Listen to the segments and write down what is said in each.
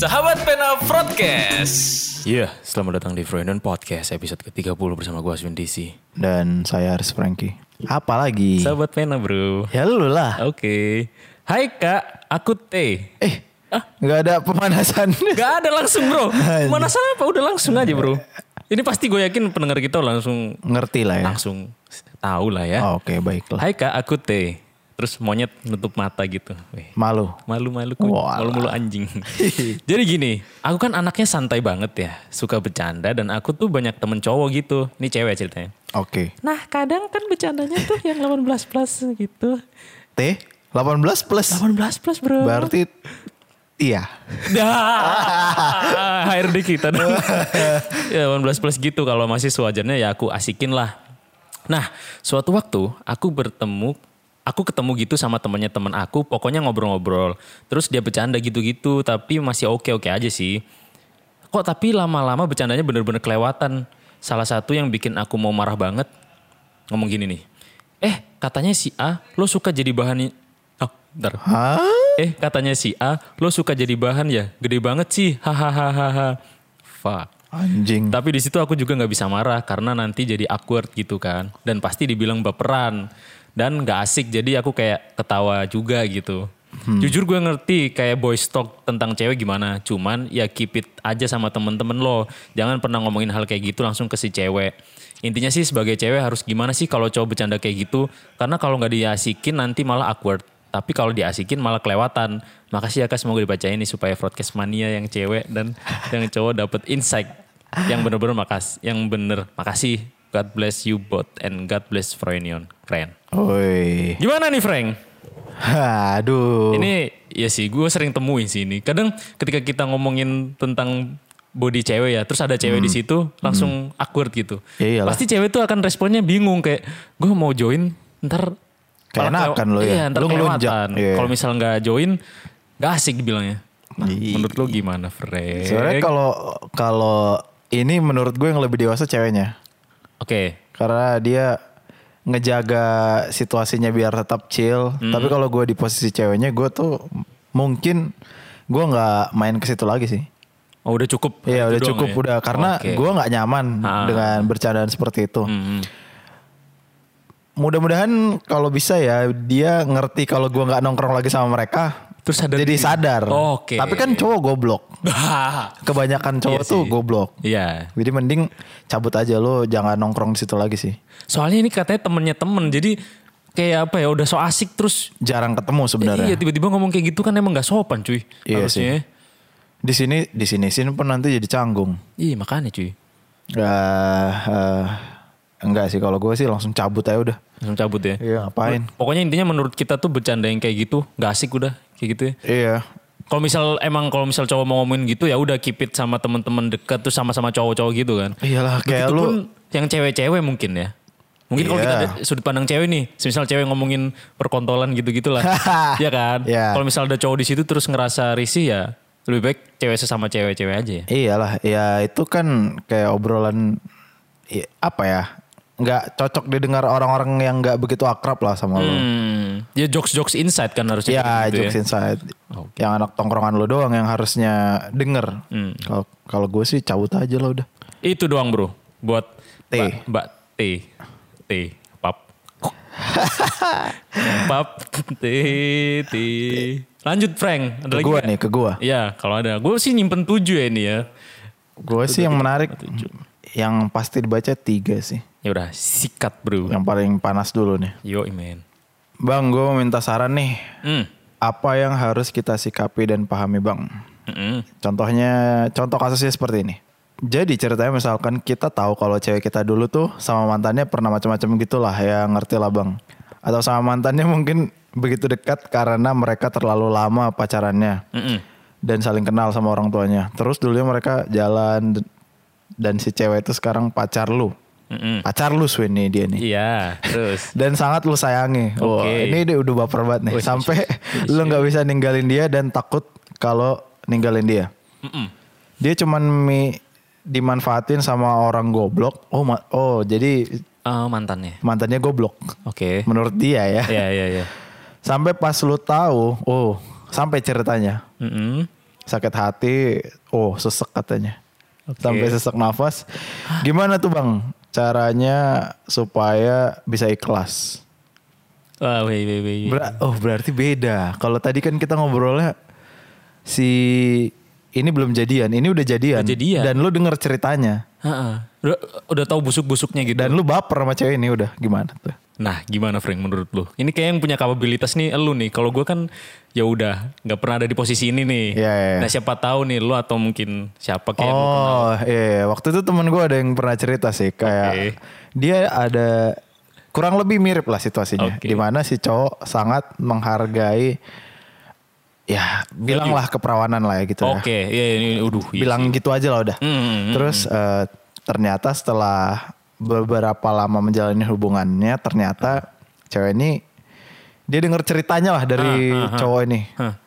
Sahabat Pena Podcast. Iya, selamat datang di Freudian Podcast episode ke-30 bersama gue Aswin DC. Dan saya Aris Franky. Apa lagi? Sahabat Pena bro. Ya lu lah. Oke. Hai kak, aku T. Gak ada pemanasan. Gak ada langsung bro. Pemanasan apa? Udah langsung aja bro. Ini pasti gue yakin pendengar kita langsung Ngerti lah ya. langsung tahu lah ya. Oke, baiklah. Hai kak, aku T. Terus monyet nutup mata gitu. Wih. Malu. Malu-malu Walah. malu-malu anjing. Jadi gini, aku kan anaknya santai banget ya, suka bercanda dan aku tuh banyak temen cowok gitu. Ini cewek ceritanya. Oke. Nah kadang kan bercandanya tuh yang 18 plus gitu. T 18 plus. 18 plus bro. Berarti iya. HRD kita dong. Ya 18 plus gitu, kalau masih sewajarnya ya aku asikin lah. Nah suatu waktu aku ketemu gitu sama temennya temen aku, pokoknya ngobrol-ngobrol. Terus dia bercanda gitu-gitu, tapi masih oke-oke aja sih. Kok tapi lama-lama bercandanya bener-bener kelewatan. Salah satu yang bikin aku mau marah banget, ngomong gini nih. Katanya si A, lo suka jadi bahan... bentar. Hah? Katanya si A, lo suka jadi bahan ya? Gede banget sih, hahaha. Fuck. Anjing. Tapi di situ aku juga nggak bisa marah karena nanti jadi awkward gitu kan, dan pasti dibilang baperan dan nggak asik. Jadi aku kayak ketawa juga gitu. Jujur gue ngerti kayak boys talk tentang cewek gimana, cuman ya keep it aja sama temen-temen lo. Jangan pernah ngomongin hal kayak gitu langsung ke si cewek. Intinya sih sebagai cewek harus gimana sih kalau cowok bercanda kayak gitu, karena kalau nggak diasikin nanti malah awkward. Tapi kalau diasikin malah kelewatan. Makasih ya kak, semoga dibacain nih supaya broadcast mania yang cewek dan yang cowok dapet insight yang bener-bener makasih. God bless you both and God bless Freudian. Keren. Oi. Gimana nih Frank? Aduh. Ini ya sih gue sering temuin sih ini. Kadang ketika kita ngomongin tentang body cewek ya, terus ada cewek di situ langsung awkward gitu. Ya iyalah. Pasti cewek tuh akan responnya bingung kayak gue mau join ntar Keenakan lo ya. Iya, ntar Lo ngelunjak. kelewatan. Iya. Kalau misal nggak join, nggak asik dibilangnya. Nah, Iya. menurut lo gimana, Frank? Sebenarnya kalau ini menurut gue yang lebih dewasa ceweknya. Oke. Karena dia ngejaga situasinya biar tetap chill. Tapi kalau gue di posisi ceweknya, gue tuh mungkin gue nggak main ke situ lagi sih. Oh udah cukup. Iya Itu udah doang cukup ya? udah. Karena Oke. gue nggak nyaman dengan bercandaan seperti itu. Mudah-mudahan kalau bisa ya dia ngerti kalau gue nggak nongkrong lagi sama mereka. Terus sadar jadi diri. sadar. Oke. Tapi kan cowok goblok. Kebanyakan cowok Iya tuh sih. goblok. Iya. Jadi mending cabut aja, lo jangan nongkrong di situ lagi sih. Soalnya ini katanya temennya temen. Jadi kayak apa ya, udah so asik terus. Jarang ketemu sebenarnya. Iya, tiba-tiba ngomong kayak gitu kan emang gak sopan cuy. Iya harusnya. Di sini pun nanti jadi canggung. Iya makanya cuy. Enggak sih, kalau gue sih langsung cabut aja udah. Langsung cabut ya. Iya, ngapain? Pokoknya intinya menurut kita tuh bercanda yang kayak gitu gak asik udah. Kayak gitu ya. Iya. Kalau misal cowok mau ngomongin gitu ya udah keep it sama teman-teman dekat tuh sama-sama cowok-cowok gitu kan. Iyalah, kayak Begitupun lu yang cewek-cewek mungkin ya. Mungkin kalau Iya. kita ada sudut pandang cewek nih, misal cewek ngomongin perkontolan gitu-gitulah. Iya kan? Iya. Kalau misal ada cowok di situ terus ngerasa risih ya, lebih baik cewek sesama cewek-cewek aja ya. iyalah, ya itu kan kayak obrolan apa ya? Nggak cocok didengar orang-orang yang nggak begitu akrab lah sama lo. Ya jokes-jokes inside kan harusnya Ya, kayak gitu jokes ya. inside. Yang anak tongkrongan lo doang yang harusnya denger. Kalau gue sih cabut aja lah udah. Itu doang bro, buat T. Mbak T, pap. Pap, T. Lanjut Frank, ada Ke lagi gue nggak? nih, ke gue. Iya, kalau ada. Gue sih nyimpen 7 ya ini ya. Gue sih yang menarik, yang pasti dibaca 3 sih. Ya udah, sikat bro. Yang paling panas dulu nih. Yo men. Bang, gue mau minta saran nih. Hmm. Apa yang harus kita sikapi dan pahami bang? Contoh kasusnya seperti ini. Jadi ceritanya misalkan kita tahu kalau cewek kita dulu tuh sama mantannya pernah macam-macam gitulah, ya ngerti lah bang. Atau sama mantannya mungkin begitu dekat karena mereka terlalu lama pacarannya. Dan saling kenal sama orang tuanya. Terus dulunya mereka jalan dan si cewek itu sekarang pacar lu. Pacar lu Swin nih dia nih. Iya, terus. Dan sangat lu sayangi. Wah, Oke. ini dia udah baper banget nih. Sampai lu nggak bisa ninggalin dia dan takut kalau ninggalin dia. Dia cuman dimanfaatin sama orang goblok. Jadi Mantannya goblok. Oke. Menurut dia ya. Iya. Sampai pas lu tahu, sampai ceritanya. sakit hati, sesek katanya. Oke. Sampai sesak nafas. Gimana tuh Bang caranya supaya bisa ikhlas? Wah, wait. Berarti beda. Kalau tadi kan kita ngobrolnya si ini belum jadian, ini udah jadian. Dan lu denger ceritanya. Udah tahu busuk-busuknya gitu. Dan lu baper sama cewek ini udah gimana tuh? Nah, gimana Frank menurut lu? Ini kayak yang punya kapabilitas nih lu nih. Kalau gue kan ya udah nggak pernah ada di posisi ini nih. Iya. Nah, siapa tahu nih lu atau mungkin siapa kayak lu kenal. Oh iya, waktu itu temen gue ada yang pernah cerita sih kayak dia ada kurang lebih mirip lah situasinya. Dimana si cowok sangat menghargai, ya bilanglah keperawanan lah ya gitu ya. Ini bilang gitu aja lah udah. Terus ternyata setelah beberapa lama menjalani hubungannya, ternyata cewek ini dia denger ceritanya lah dari cowok ini.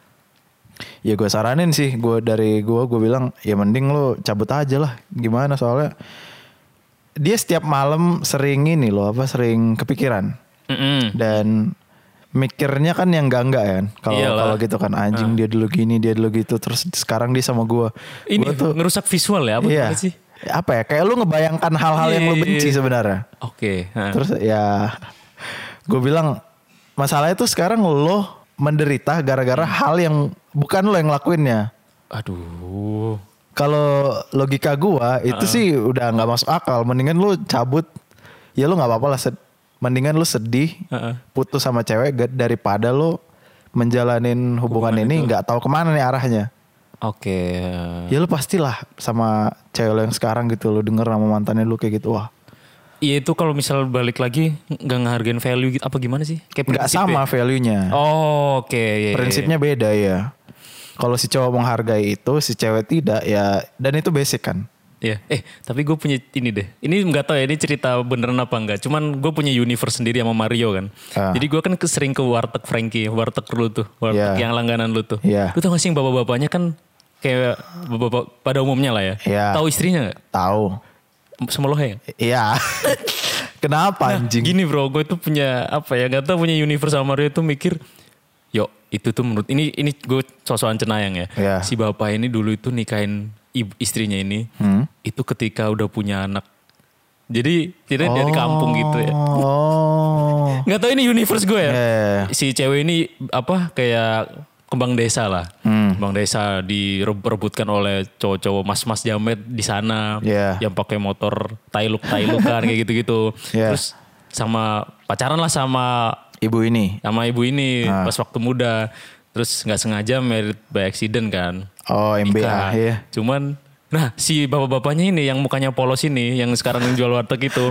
Ya gue saranin sih, gue bilang ya mending lu cabut aja lah. Gimana soalnya dia setiap malam sering sering kepikiran. Dan mikirnya kan yang enggak kan. Kalau gitu kan anjing dia dulu gini, dia dulu gitu. Terus sekarang dia sama gue. Ini gua tuh ngerusak visual ya? Apa sih? Apa ya? Kayak lu ngebayangkan hal-hal yang lu benci sebenarnya. Terus ya gue bilang masalahnya tuh sekarang lo menderita gara-gara hal yang bukan lo yang ngelakuinnya. Aduh. Kalau logika gue itu sih udah nggak masuk akal. Mendingan lu cabut. Ya lu nggak apa-apa lah. Mendingan lu sedih, putus sama cewek daripada lu menjalanin hubungan ini nggak tahu kemana nih arahnya. Ya lu pastilah sama cewek lo yang sekarang gitu, lu denger sama mantannya lu kayak gitu, wah. Iya itu kalau misal balik lagi nggak ngehargain value gitu apa gimana sih? Kayak nggak sama value-nya. Prinsipnya beda ya. Kalau si cowok menghargai itu, si cewek tidak ya, dan itu basic kan. Iya. Tapi gue punya ini deh. Ini nggak tahu ya ini cerita beneran apa enggak. Cuman gue punya universe sendiri sama Mario kan. Jadi gue kan sering ke warteg Frankie, warteg lu tuh, warteg yang langganan lu tuh. Lu tau gak sih bapak-bapaknya kan kayak bapak pada umumnya lah ya. Tahu istrinya nggak? Tahu. Sama lo ya? Iya. Kenapa anjing? Gini bro, gue tuh punya apa ya? Gak tau punya universe sama Mario tuh mikir. Yuk itu tuh menurut ini gue sosokan cenayang ya. Si bapak ini dulu itu nikahin istrinya ini itu ketika udah punya anak. Jadi dia dari kampung gitu ya. Nggak tahu ini universe gue ya. Si cewek ini apa kayak kembang desa lah. Kembang desa direbutkan oleh cowok-cowok mas-mas jamet di sana yang pakai motor tailuk-tailukan kayak gitu-gitu. Terus sama pacaran lah sama ibu ini pas waktu muda. Terus nggak sengaja married by accident kan. MBA ya. Cuman nah si bapak-bapaknya ini yang mukanya polos ini yang sekarang jual warteg itu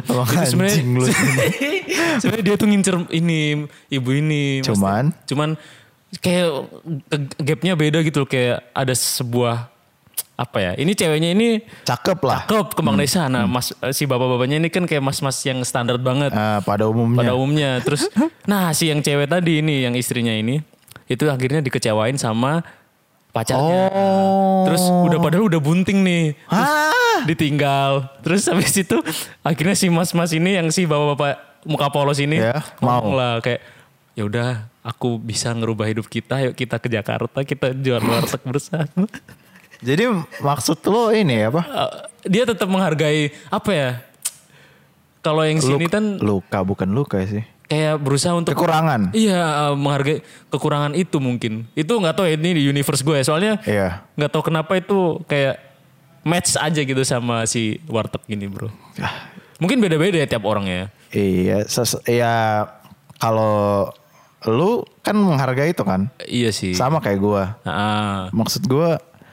sebenarnya dia tuh ngincer ini ibu ini. Cuman kayak gapnya beda gitu loh. Kayak ada sebuah apa ya, ini ceweknya ini cakep kembang desa. Nah si bapak-bapaknya ini kan kayak mas-mas yang standar banget pada umumnya. Terus nah si yang cewek tadi ini yang istrinya ini itu akhirnya dikecewain sama pacarnya. Terus padahal udah bunting nih. Terus ditinggal. Terus habis itu akhirnya si mas-mas ini yang si bapak-bapak muka polos ini mau lah kayak ya udah aku bisa ngerubah hidup kita, yuk kita ke Jakarta, kita jual warteg bersama. Jadi maksud lo ini apa? Dia tetap menghargai apa ya? Kalau yang sini kan bukan luka sih. Kayak berusaha untuk kekurangan. Iya, menghargai kekurangan itu mungkin. Itu nggak tahu ya, ini di universe gue ya. Soalnya nggak tahu kenapa itu kayak match aja gitu sama si warteg ini, bro. Mungkin beda-beda ya tiap orang ya. Iya, kalau lu kan menghargai itu kan? Iya sih. Sama kayak gue. Maksud gue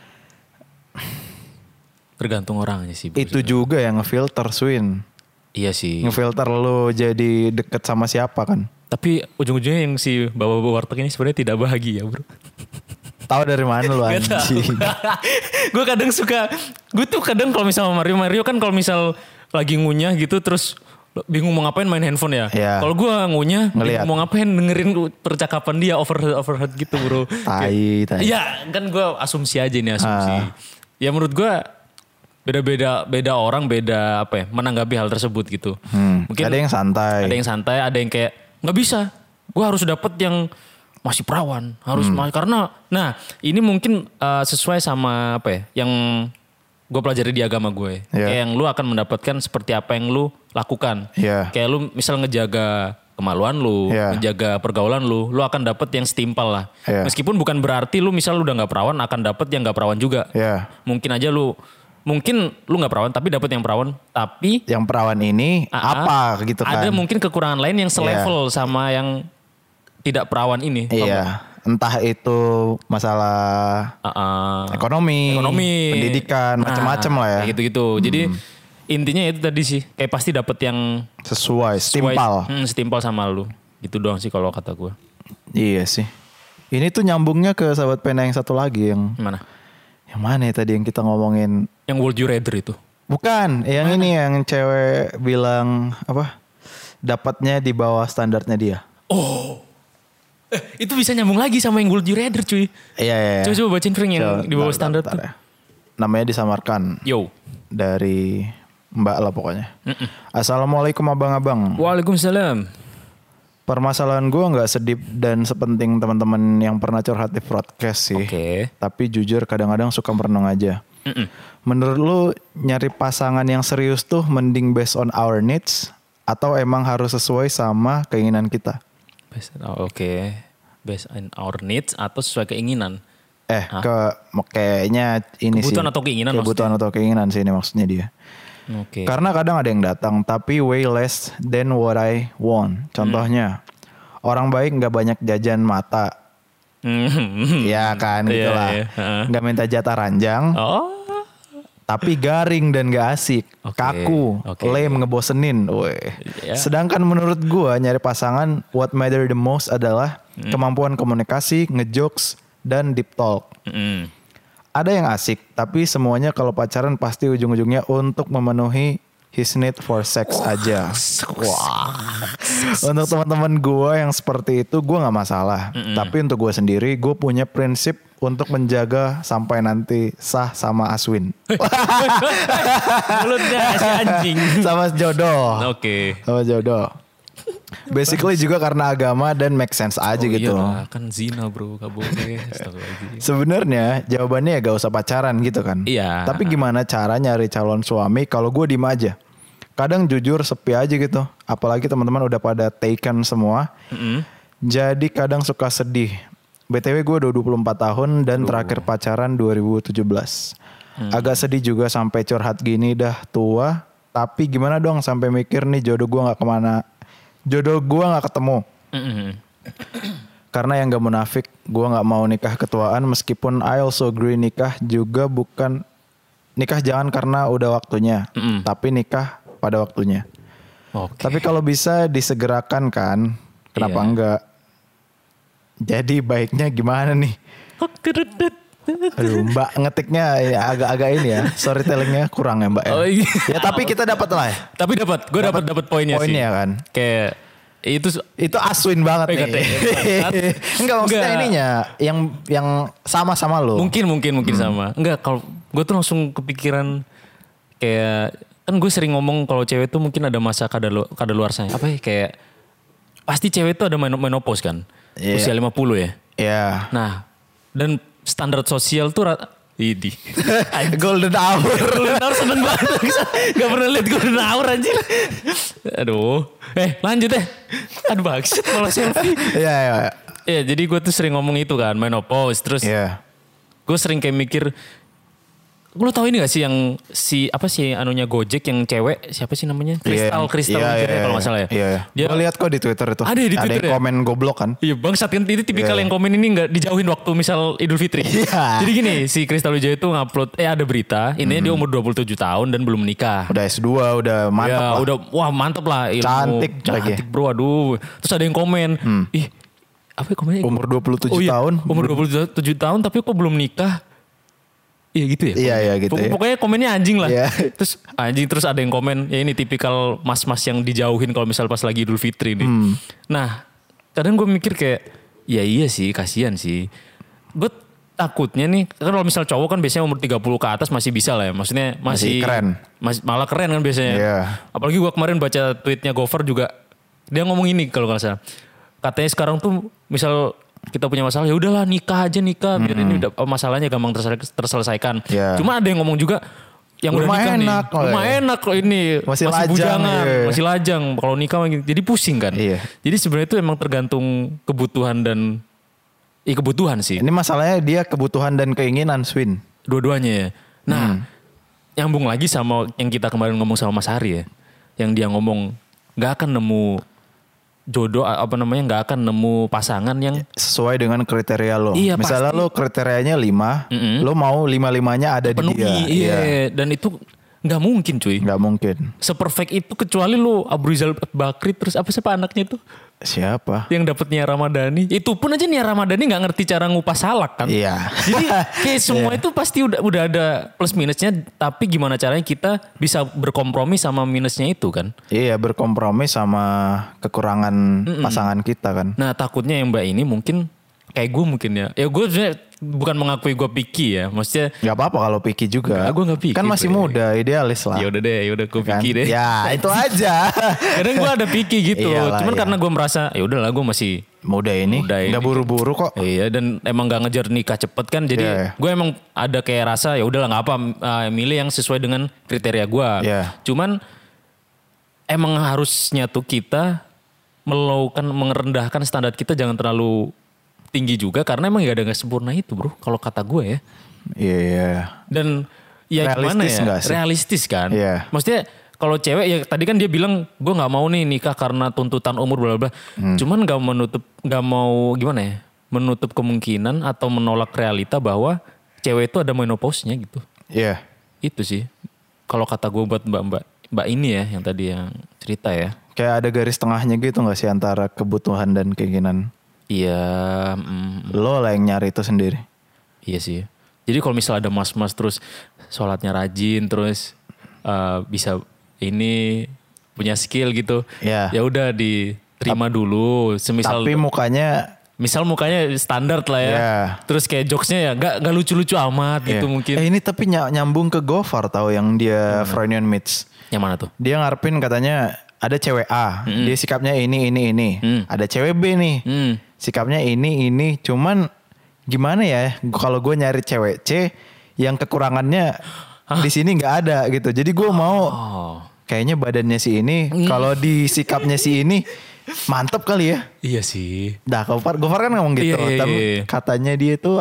tergantung orangnya sih. Itu juga yang ngefilter Swin. Iya sih. Ngefilter lu jadi deket sama siapa kan? Tapi ujung-ujungnya yang si bapak-bapak warteg ini sebenarnya tidak bahagia, bro. Tahu dari mana lu anjing? Gue kadang kalau misal Mario kan kalau misal lagi ngunyah gitu terus bingung mau ngapain main handphone ya. Kalau gue ngunyah mau ngapain dengerin percakapan dia overheard gitu, bro. Tai. Ya kan gue asumsi aja ini Ya menurut gue beda orang beda apa ya menanggapi hal tersebut gitu. Mungkin ada yang santai, ada yang kayak nggak bisa, gue harus dapet yang masih perawan, harus karena nah ini mungkin sesuai sama apa ya yang gue pelajari di agama gue. Yeah. Kayak yang lu akan mendapatkan seperti apa yang lu lakukan. Yeah. Kayak lu misal ngejaga kemaluan lu, Yeah. ngejaga pergaulan lu akan dapet yang setimpal lah. Yeah. Meskipun bukan berarti lu misal lu udah nggak perawan akan dapet yang nggak perawan juga. Ya. Mungkin aja lu nggak perawan tapi dapet yang perawan, tapi Yang perawan ini apa gitu kan? ada mungkin kekurangan lain yang selevel sama yang tidak perawan ini. Iya. Entah itu masalah ekonomi, pendidikan, macam-macam lah ya. Kayak gitu-gitu. Jadi intinya itu tadi sih, kayak pasti dapet yang Sesuai, setimpal. setimpal sama lu. Gitu doang sih kalau kata gue. Iya sih. Ini tuh nyambungnya ke sahabat pena yang satu lagi yang Gimana? yang mana ya tadi yang kita ngomongin? Yang would you rather itu. Bukan, yang ini yang cewek bilang apa? Dapatnya di bawah standarnya dia. Itu bisa nyambung lagi sama yang would you rather cuy. Iya. Coba bacain Frank yang di bawah standar tuh. ya. Namanya disamarkan Yo. dari Mbak lah pokoknya. Assalamualaikum abang-abang. Waalaikumsalam. Permasalahan gue nggak sedip dan sepenting teman-teman yang pernah curhat di podcast sih. Oke. Tapi jujur kadang-kadang suka merenung aja. Menurut lu nyari pasangan yang serius tuh mending based on our needs atau emang harus sesuai sama keinginan kita? Oke. Based on our needs atau sesuai keinginan? Kayaknya ini Kebutuhan sih. atau keinginan Kebutuhan atau keinginan sih ini maksudnya dia. Oke. Karena kadang ada yang datang tapi way less than what I want. Contohnya orang baik nggak banyak jajan mata. Ya kan gitulah. Iya. Nggak minta jatah ranjang. Oh. Tapi garing dan gak asik, Oke, kaku, oke. lame, ngebosenin. Iya. Sedangkan menurut gua nyari pasangan what matter the most adalah kemampuan komunikasi, ngejokes, dan deep talk. Ada yang asik, tapi semuanya kalau pacaran pasti ujung-ujungnya untuk memenuhi his need for sex aja. Wah. Untuk teman-teman gua yang seperti itu gua nggak masalah. Tapi untuk gua sendiri, gua punya prinsip untuk menjaga sampai nanti sah sama Aswin. Mulutnya si anjing. Sama jodoh. Oke. Sama jodoh. Basically juga karena agama dan make sense aja gitu. Iya, kan zina bro, gak boleh. Astagfirullahaladzim. Sebenarnya jawabannya ya gak usah pacaran gitu kan. Iya. Tapi gimana cara nyari calon suami kalau gue diem aja. Kadang jujur sepi aja gitu. Apalagi teman-teman udah pada taken semua. Jadi kadang suka sedih. BTW gue udah 24 tahun dan terakhir pacaran 2017. Agak sedih juga sampai curhat gini dah tua. Tapi gimana dong sampai mikir nih jodoh gue gak kemana. Jodoh gue gak ketemu. Karena yang gak munafik, gue gak mau nikah ketuaan. Meskipun I also agree nikah juga bukan. Nikah jangan karena udah waktunya. Tapi nikah pada waktunya. Oke. Tapi kalau bisa disegerakan kan. Kenapa Iya. enggak? Jadi baiknya gimana nih? Aduh mbak ngetiknya ya agak-agak ini ya. Storytellingnya kurang ya mbak ya. Oh, iya. Ya tapi kita dapat lah ya. Tapi gue dapat poinnya sih. Poinnya kan. Kayak itu Aswin banget nih. Enggak maksudnya Enggak. ininya yang sama-sama lo. mungkin sama. Enggak, kalau gue tuh langsung kepikiran kayak kan gue sering ngomong kalau cewek tuh mungkin ada masa kadaluarsanya. Apa ya kayak pasti cewek tuh ada menopause kan. Iya. Usia 50 ya. Iya. Nah, dan standar sosial tuh Idi. Golden hour. Golden hour seneng banget. Gak pernah liat golden hour anjir. Aduh. Lanjut deh. Aduh bagus. Malah selfie. Iya. Ya jadi gue tuh sering ngomong itu kan. Menopause. Terus Iya. gue sering kayak mikir. Lo tau ini gak sih yang apa sih anunya Gojek yang cewek siapa sih namanya? Kristal kalau nggak salah ya. Iya. Dia Gue lihat kok di Twitter itu. Ada di Twitter yang ya? komen goblok kan. Iya bang saat ini tipikal yang komen ini nggak dijauhin waktu misal Idul Fitri. Iya. Jadi gini si Kristal Wijaya itu ngupload ada berita ini dia umur 27 tahun dan belum menikah. Udah S2 udah mantap Ya, lah. udah wah mantep lah ilmu. Cantik bro aduh. Terus ada yang komen. Ih apa ya komennya? Umur 27 tahun. Umur 27 tahun tapi kok belum nikah. Iya gitu ya. Iya gitu ya. Pokoknya komennya anjing lah. Iya. Terus ada yang komen ya ini tipikal mas-mas yang dijauhin kalau misal pas lagi Idul Fitri nih. Nah kadang gue mikir kayak ya iya sih kasihan sih. Gue takutnya nih kan kalau misal cowok kan biasanya umur 30 ke atas masih bisa lah ya. Maksudnya masih keren. Malah keren kan biasanya. Iya. Apalagi gue kemarin baca tweetnya Gofar juga. Dia ngomong ini kalau nggak salah. Katanya sekarang tuh misal kita punya masalah ya udahlah nikah aja biar ini udah masalahnya gampang terselesaikan. Yeah. Cuma ada yang ngomong juga yang udah nikah nih, rumah enak kok ini masih lajang, bujangan, masih lajang. Kalau nikah jadi pusing kan. Iya. Jadi sebenarnya itu emang tergantung kebutuhan dan kebutuhan sih. Ini masalahnya dia kebutuhan dan keinginan, Swin. Dua-duanya ya. Nah, nyambung lagi sama yang kita kemarin ngomong sama Mas Hari ya. Yang dia ngomong nggak akan nemu jodoh nggak akan nemu pasangan yang sesuai dengan kriteria lo. Iya, misalnya pasti. lo kriterianya 5, lo mau 5-5-nya ada penuhi, di dia. Iya. Dan itu nggak mungkin cuy. Nggak mungkin. Seperfect itu kecuali lo Abu Rizal Bakri terus siapa anaknya itu? Siapa? Yang dapat Nia Ramadhani. Itu pun aja Nia Ramadhani nggak ngerti cara ngupas salak kan. Iya. Jadi kayak semua itu pasti udah ada plus minusnya. Tapi gimana caranya kita bisa berkompromi sama minusnya itu kan. Iya, berkompromi sama kekurangan pasangan kita kan. Nah takutnya yang mbak ini mungkin kayak gue mungkin ya. Ya gue bukan mengakui gue picky ya. Maksudnya. Gak apa-apa kalau picky juga. Gue gak picky. Kan masih muda, idealis lah. Ya udah gue kan? picky deh. Ya itu aja. Kadang gue ada picky gitu. Iyalah, Cuman iya. karena gue merasa ya udahlah gue masih muda ini. Gak buru-buru kok. Iya dan emang gak ngejar nikah cepet kan. Jadi gue emang ada kayak rasa ya udahlah gak apa milih yang sesuai dengan kriteria gue. Cuman emang harusnya tuh kita mengerendahkan standar kita jangan terlalu tinggi juga karena emang gak ada sempurna itu bro kalau kata gue ya. Iya. Dan ya realistis gimana ya? Realistis kan. Iya. Maksudnya kalau cewek ya tadi kan dia bilang gue nggak mau nih nikah karena tuntutan umur bla bla. Cuman nggak mau gimana ya? Menutup kemungkinan atau menolak realita bahwa cewek itu ada menopause-nya gitu. Iya. Itu sih. Kalau kata gue buat mbak ini ya yang tadi yang cerita ya. Kayak ada garis tengahnya gitu gak sih antara kebutuhan dan keinginan? Iya. Lo lah yang nyari itu sendiri. Iya sih. Jadi kalau misalnya ada mas-mas terus sholatnya rajin terus bisa ini punya skill gitu. Ya udah diterima dulu. Semisal tapi mukanya standar lah ya. Terus kayak jokesnya ya nggak lucu-lucu amat gitu mungkin. Ini tapi nyambung ke Gofar tahu yang dia Freudian Myths. Yang mana tuh? Dia ngarepin katanya ada cewek A, dia sikapnya ini. Ada cewek B nih, sikapnya ini. Cuman gimana ya? Kalau gue nyari cewek C, yang kekurangannya di sini nggak ada gitu. Jadi gue mau kayaknya badannya si ini, kalau di sikapnya si ini mantep kali ya. Iya sih. Nah, Gofar kan ngomong gitu. Tapi katanya dia tuh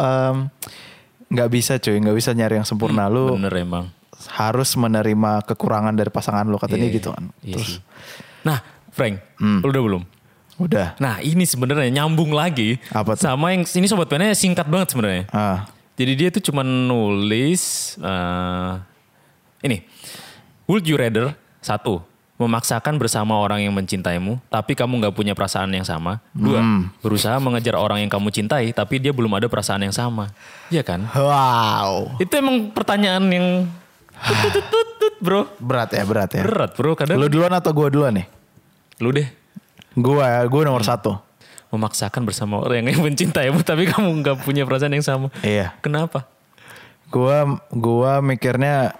nggak bisa cuy, nggak bisa nyari yang sempurna. Lu bener emang. Harus menerima kekurangan dari pasangan lo katanya gitu kan. Terus. Nah, Frank, lu udah belum? Udah. Nah, ini sebenarnya nyambung lagi sama yang ini sobat pennya singkat banget sebenarnya. Jadi dia tuh cuma nulis ini. Would you rather 1. Memaksakan bersama orang yang mencintaimu tapi kamu gak punya perasaan yang sama. 2. Berusaha mengejar orang yang kamu cintai tapi dia belum ada perasaan yang sama. Iya kan? Wow. Itu emang pertanyaan yang bro. Berat ya. Berat bro. Kadang. Lu duluan atau gue duluan nih? Lu deh. Gue nomor 1. Memaksakan bersama orang yang mencintaimu tapi kamu gak punya perasaan yang sama. Iya. Kenapa? Gue mikirnya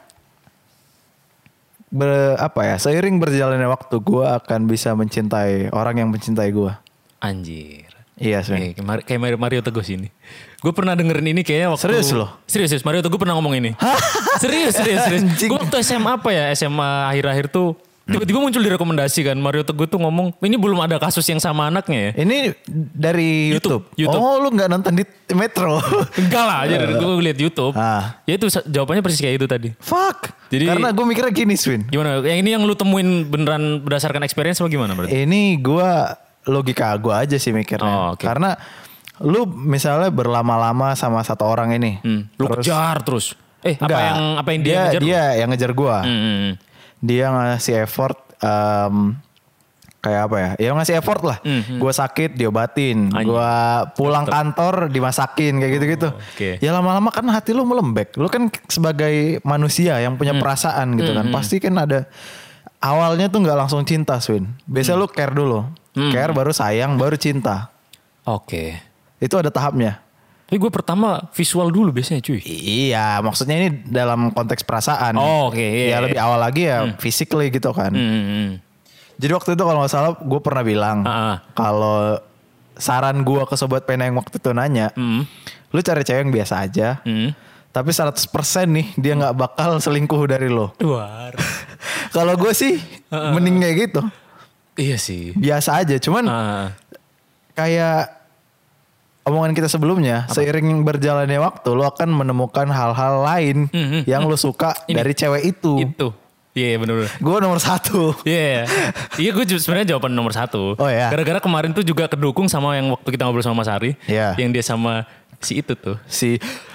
seiring berjalannya waktu gue akan bisa mencintai orang yang mencintai gue. Anjir. Iya sih. Kayak Mario Teguh sini. Gue pernah dengerin ini kayaknya waktu. Serius loh? Serius. Mario Teguh pernah ngomong ini. Serius. Gue waktu SMA SMA akhir-akhir tuh. Tiba-tiba muncul di rekomendasi kan. Mario Teguh tuh ngomong. Ini belum ada kasus yang sama anaknya ya. Ini dari YouTube. Oh lu gak nonton di Metro? Enggak lah. Gue liat YouTube. Ya itu jawabannya persis kayak itu tadi. Fuck. Jadi, karena gue mikirnya gini Swin. Gimana? Yang ini yang lu temuin beneran berdasarkan experience apa gimana berarti? Ini gue logika gue aja sih mikirnya. Karena lu misalnya berlama-lama sama satu orang ini. Lu kejar terus. Apa yang dia ngejar? Dia yang ngejar gue. Dia ngasih effort kayak apa ya? Ya ngasih effort lah. Gue sakit diobatin. Gue pulang kantor dimasakin kayak gitu-gitu. Ya lama-lama kan hati lu melembek. Lu kan sebagai manusia yang punya perasaan gitu kan. Pasti kan ada awalnya tuh nggak langsung cinta, Swin. Biasanya lu care dulu. Care baru sayang baru cinta. Itu ada tahapnya. Tapi gue pertama visual dulu biasanya cuy. Iya, maksudnya ini dalam konteks perasaan. Ya lebih awal lagi ya physically gitu kan. Jadi waktu itu kalau gak salah gue pernah bilang kalau saran gua ke sobat pena yang waktu itu nanya, lu cari cewek yang biasa aja. Tapi 100% nih dia nggak bakal selingkuh dari lo. War. Kalau gue sih mending kayak gitu. Iya sih. Biasa aja, cuman kayak omongan kita sebelumnya, seiring berjalannya waktu lo akan menemukan hal-hal lain yang lo suka dari cewek itu. Itu. Iya bener. Gue nomor 1. Iya. Iya gue sebenarnya jawaban nomor 1. Oh iya. Gara-gara kemarin tuh juga kedukung sama yang waktu kita ngobrol sama Mas Ari. Iya. Yang dia sama si itu tuh. Si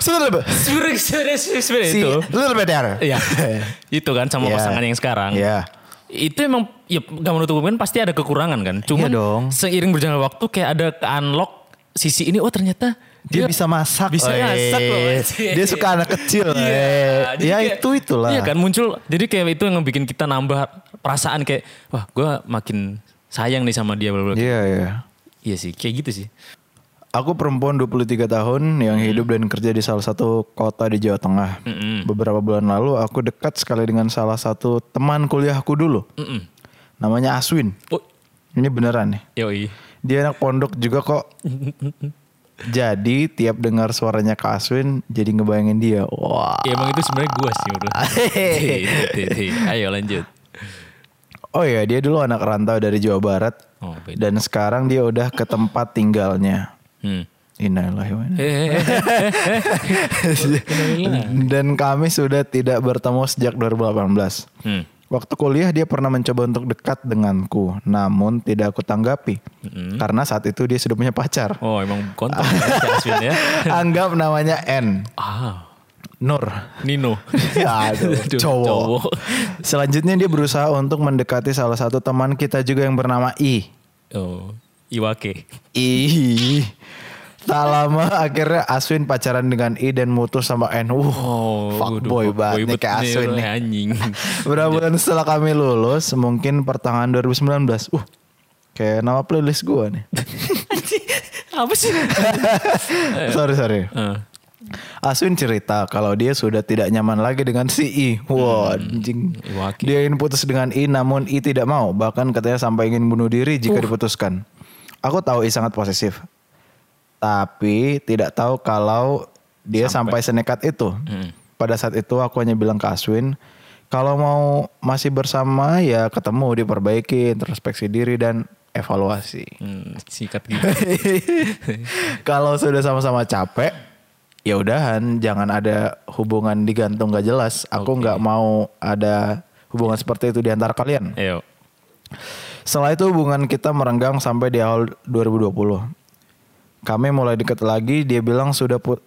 itu. little bit there. Iya. Itu kan sama Iya. pasangan yang sekarang. Iya. Itu emang ya gak menutup kemungkinan pasti ada kekurangan kan. Cuman Iya dong. seiring berjalan waktu kayak ada ke-unlock sisi ini, oh ternyata Dia bisa masak. Bisa masak loh. Dia suka anak kecil. Iya. Jadi Ya kayak- itulah. Iya kan muncul. Jadi kayak itu yang bikin kita nambah perasaan kayak wah gue makin sayang nih sama dia. Blablabla. Iya, iya. Iya sih kayak gitu sih. Aku perempuan 23 tahun yang hidup dan kerja di salah satu kota di Jawa Tengah. Beberapa bulan lalu aku dekat sekali dengan salah satu teman kuliahku dulu. Namanya Aswin. Oh, Ini beneran nih. yoi. Dia anak pondok juga kok. Jadi tiap dengar suaranya Kak Aswin jadi ngebayangin dia. Wah. Ya, emang itu sebenarnya gue sih bro. Ayo lanjut. Oh iya, dia dulu anak rantau dari Jawa Barat. Oh, beda. Dan sekarang dia udah ke tempat tinggalnya. Hmm. Innalillahi wa inna Dan kami sudah tidak bertemu sejak 2018. Waktu kuliah dia pernah mencoba untuk dekat denganku, namun tidak aku tanggapi. Karena saat itu dia sudah punya pacar. Oh emang kontol ya Aswin ya. Anggap namanya N. Nur. Nino. Aduh, cowok. Selanjutnya dia berusaha untuk mendekati salah satu teman kita juga yang bernama I. Oh Iwake. Ih. Tak lama akhirnya Aswin pacaran dengan I dan mutus sama N. Fuckboy banget nih kayak Aswin nih. Anjing. Berapa bulan setelah kami lulus, mungkin pertengahan 2019. Kayak nama playlist gue nih. Apa sih? sorry. Aswin cerita kalau dia sudah tidak nyaman lagi dengan si I. Wah, anjing. Iwaki. Dia ingin putus dengan I namun I tidak mau. Bahkan katanya sampai ingin bunuh diri jika diputuskan. Aku tahu I sangat posesif. Tapi tidak tahu kalau dia sampai senekat itu. Pada saat itu aku hanya bilang ke Aswin, kalau mau masih bersama ya ketemu, diperbaiki, introspeksi diri dan evaluasi. Sikat gitu. Kalau sudah sama-sama capek, ya udahan, jangan ada hubungan digantung gak jelas. Aku nggak mau ada hubungan seperti itu di antara kalian. Ayo. Setelah itu hubungan kita merenggang sampai di awal 2020. Kami mulai dekat lagi, dia bilang sudah putus.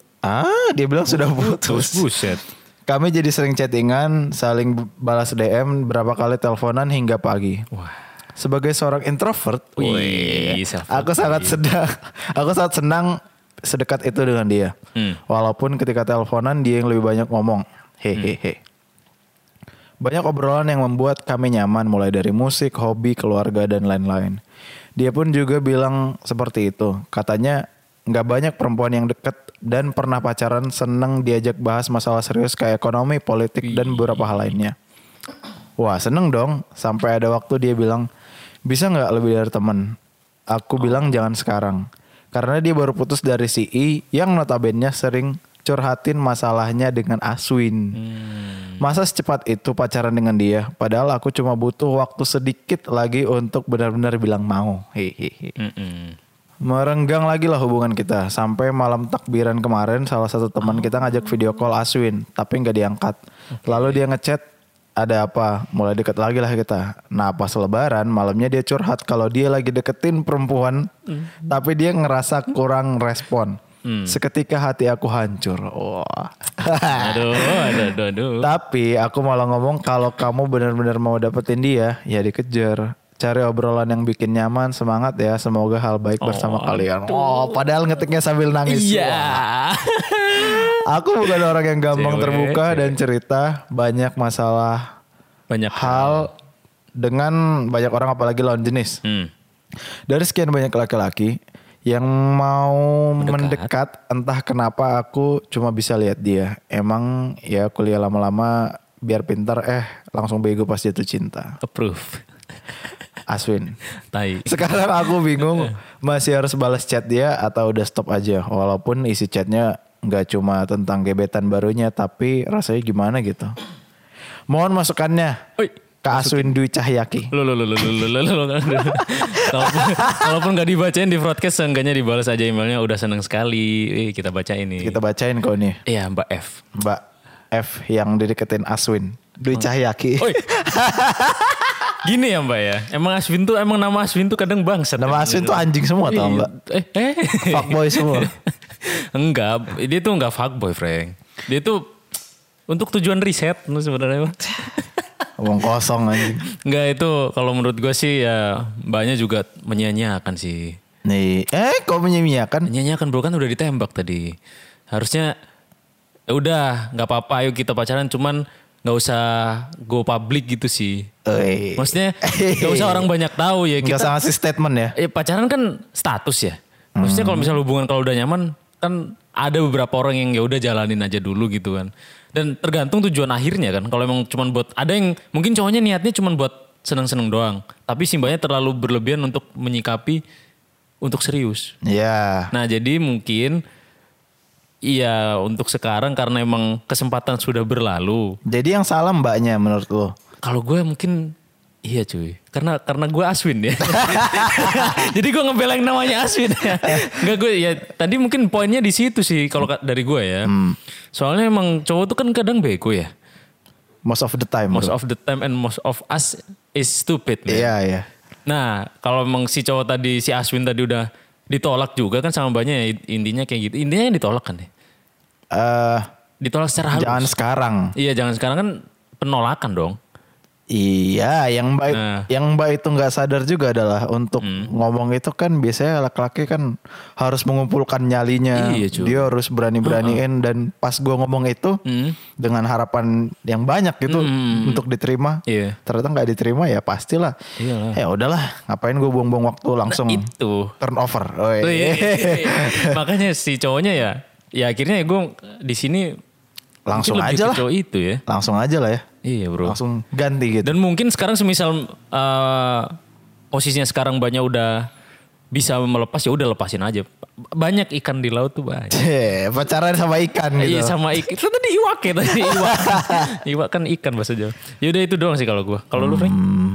Buset. Kami jadi sering chattingan, saling balas DM, berapa kali teleponan hingga pagi. Wah. Sebagai seorang introvert, aku sangat senang sedekat itu dengan dia. Walaupun ketika teleponan dia yang lebih banyak ngomong. Hehehe. Banyak obrolan yang membuat kami nyaman, mulai dari musik, hobi, keluarga, dan lain-lain. Dia pun juga bilang seperti itu. Katanya gak banyak perempuan yang deket dan pernah pacaran seneng diajak bahas masalah serius kayak ekonomi, politik, dan beberapa hal lainnya. Wah seneng dong. Sampai ada waktu dia bilang, bisa gak lebih dari teman? Aku bilang jangan sekarang. Karena dia baru putus dari si I yang notabene sering curhatin masalahnya dengan Aswin. Masa secepat itu pacaran dengan dia? Padahal aku cuma butuh waktu sedikit lagi untuk benar-benar bilang mau. Hehehe. Merenggang lagi lah hubungan kita. Sampai malam takbiran kemarin salah satu teman kita ngajak video call Aswin. Tapi gak diangkat. Lalu dia ngechat, ada apa? Mulai deket lagi lah kita. Nah pas lebaran malamnya dia curhat kalau dia lagi deketin perempuan. Tapi dia ngerasa kurang respon. Seketika hati aku hancur. Wah. Aduh. Tapi aku malah ngomong kalau kamu benar-benar mau dapetin dia, ya dikejar. Cari obrolan yang bikin nyaman, semangat ya. Semoga hal baik bersama kalian. Padahal ngetiknya sambil nangis. Iya. Aku bukan orang yang gampang Cewek. terbuka dan cerita banyak masalah, Banyak hal dengan banyak orang apalagi lawan jenis. Dari sekian banyak laki-laki yang mau mendekat, entah kenapa aku cuma bisa lihat dia. Emang ya kuliah lama-lama biar pintar langsung bego pas jatuh cinta. approve. Aswin. Tai. Sekarang aku bingung masih harus balas chat dia atau udah stop aja. Walaupun isi chatnya nggak cuma tentang gebetan barunya, tapi rasanya gimana gitu. Mohon masukannya. Oi. Kak Aswin Dwi Cahyaki. Lo. Kalaupun nggak dibacain di broadcast, seenggaknya dibalas aja emailnya. Udah seneng sekali. Kita bacain nih. Kita bacain kok nih. Iya, Mbak F. Mbak F yang dideketin Aswin Dwi Cahyaki. Oi. Gini ya Mbak ya. Emang nama Aswin tuh kadang bangsat. Nama Aswin tuh anjing semua tau Mbak. Fuckboy semua. Enggak, dia tuh enggak fuckboy, Frank. Dia tuh untuk tujuan riset sebenarnya. Omong kosong anjing. Enggak, itu kalau menurut gue sih ya mbaknya juga menyia-nyiakan sih. Nih, kok menyia-nyiakan? Menyia-nyiakan bro, kan udah ditembak tadi. Harusnya ya udah nggak apa-apa, ayo kita pacaran, cuman nggak usah go public gitu sih. Maksudnya nggak usah orang banyak tahu ya. Nggak usah ngasih statement ya. Pacaran kan status ya. Maksudnya kalau misalnya hubungan kalau udah nyaman kan ada beberapa orang yang ya udah jalanin aja dulu gitu kan. Dan tergantung tujuan akhirnya kan. Kalau emang cuman buat, ada yang mungkin cowoknya niatnya cuman buat seneng-seneng doang. Tapi si mbaknya terlalu berlebihan untuk menyikapi untuk serius. Iya. Nah jadi mungkin iya untuk sekarang karena emang kesempatan sudah berlalu. Jadi yang salah mbaknya menurut lo? Kalau gue mungkin iya cuy. Karena gue Aswin ya. Jadi gue ngebelain namanya Aswin ya. Enggak, gue ya tadi mungkin poinnya di situ sih kalau dari gue ya. Soalnya emang cowok tuh kan kadang bego ya. Most of the time. Most of the time and most of us is stupid. Iya, iya. Nah, kalau emang si cowok tadi, si Aswin tadi udah ditolak juga kan sama mbaknya ya, intinya kayak gitu. Intinya yang ditolak kan ya? Ditolak secara halus. Jangan sekarang. Iya, jangan sekarang kan penolakan dong. Iya, yang mbak itu nggak sadar juga adalah untuk ngomong itu kan biasanya laki-laki kan harus mengumpulkan nyalinya. Iya, cuy. Dia harus berani-beraniin dan pas gue ngomong itu dengan harapan yang banyak gitu untuk diterima. Iya. Ternyata nggak diterima ya pastilah. Iyalah. Ya udahlah, ngapain gue buang-buang waktu langsung Itu. turn over. Makanya si cowoknya ya akhirnya gue di sini Langsung mungkin lebih aja ke lah. cowok itu ya. Langsung aja lah ya. Iya bro. Langsung ganti gitu. Dan mungkin sekarang semisal posisinya sekarang banyak udah bisa melepas, ya udah lepasin aja. Banyak ikan di laut tuh banyak. Pacaran sama ikan gitu. Iya sama ikan. Itu tadi iwak ya tadi iwak. Iwak kan ikan bahasa Jawa. Ya udah itu doang sih kalau gue. Kalau lu Frank?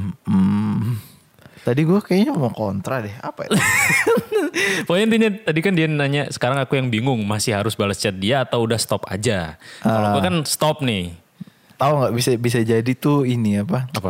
Tadi gue kayaknya mau kontra deh. Apa itu? Pokoknya intinya tadi kan dia nanya sekarang aku yang bingung masih harus balas chat dia atau udah stop aja. Kalau gue kan stop nih. Tahu nggak bisa jadi tuh ini apa? Apa?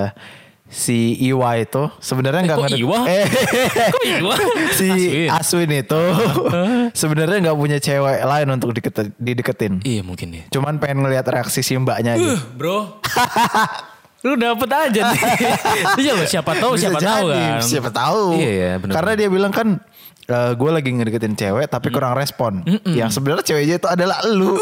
Si Iwa itu sebenarnya nggak kok Iwa? Kok Iwa? Si Aswin itu sebenarnya nggak punya cewek lain untuk dideketin. Iya mungkin ya. Cuman pengen ngelihat reaksi si mbaknya aja. Bro. Lu dapet aja nih. Iya loh siapa tahu Bisa siapa jadi, tahu kan. Siapa tahu. Iya benar. Karena dia bilang kan gue lagi ngedeketin cewek tapi kurang respon. Yang sebenarnya ceweknya itu adalah elu.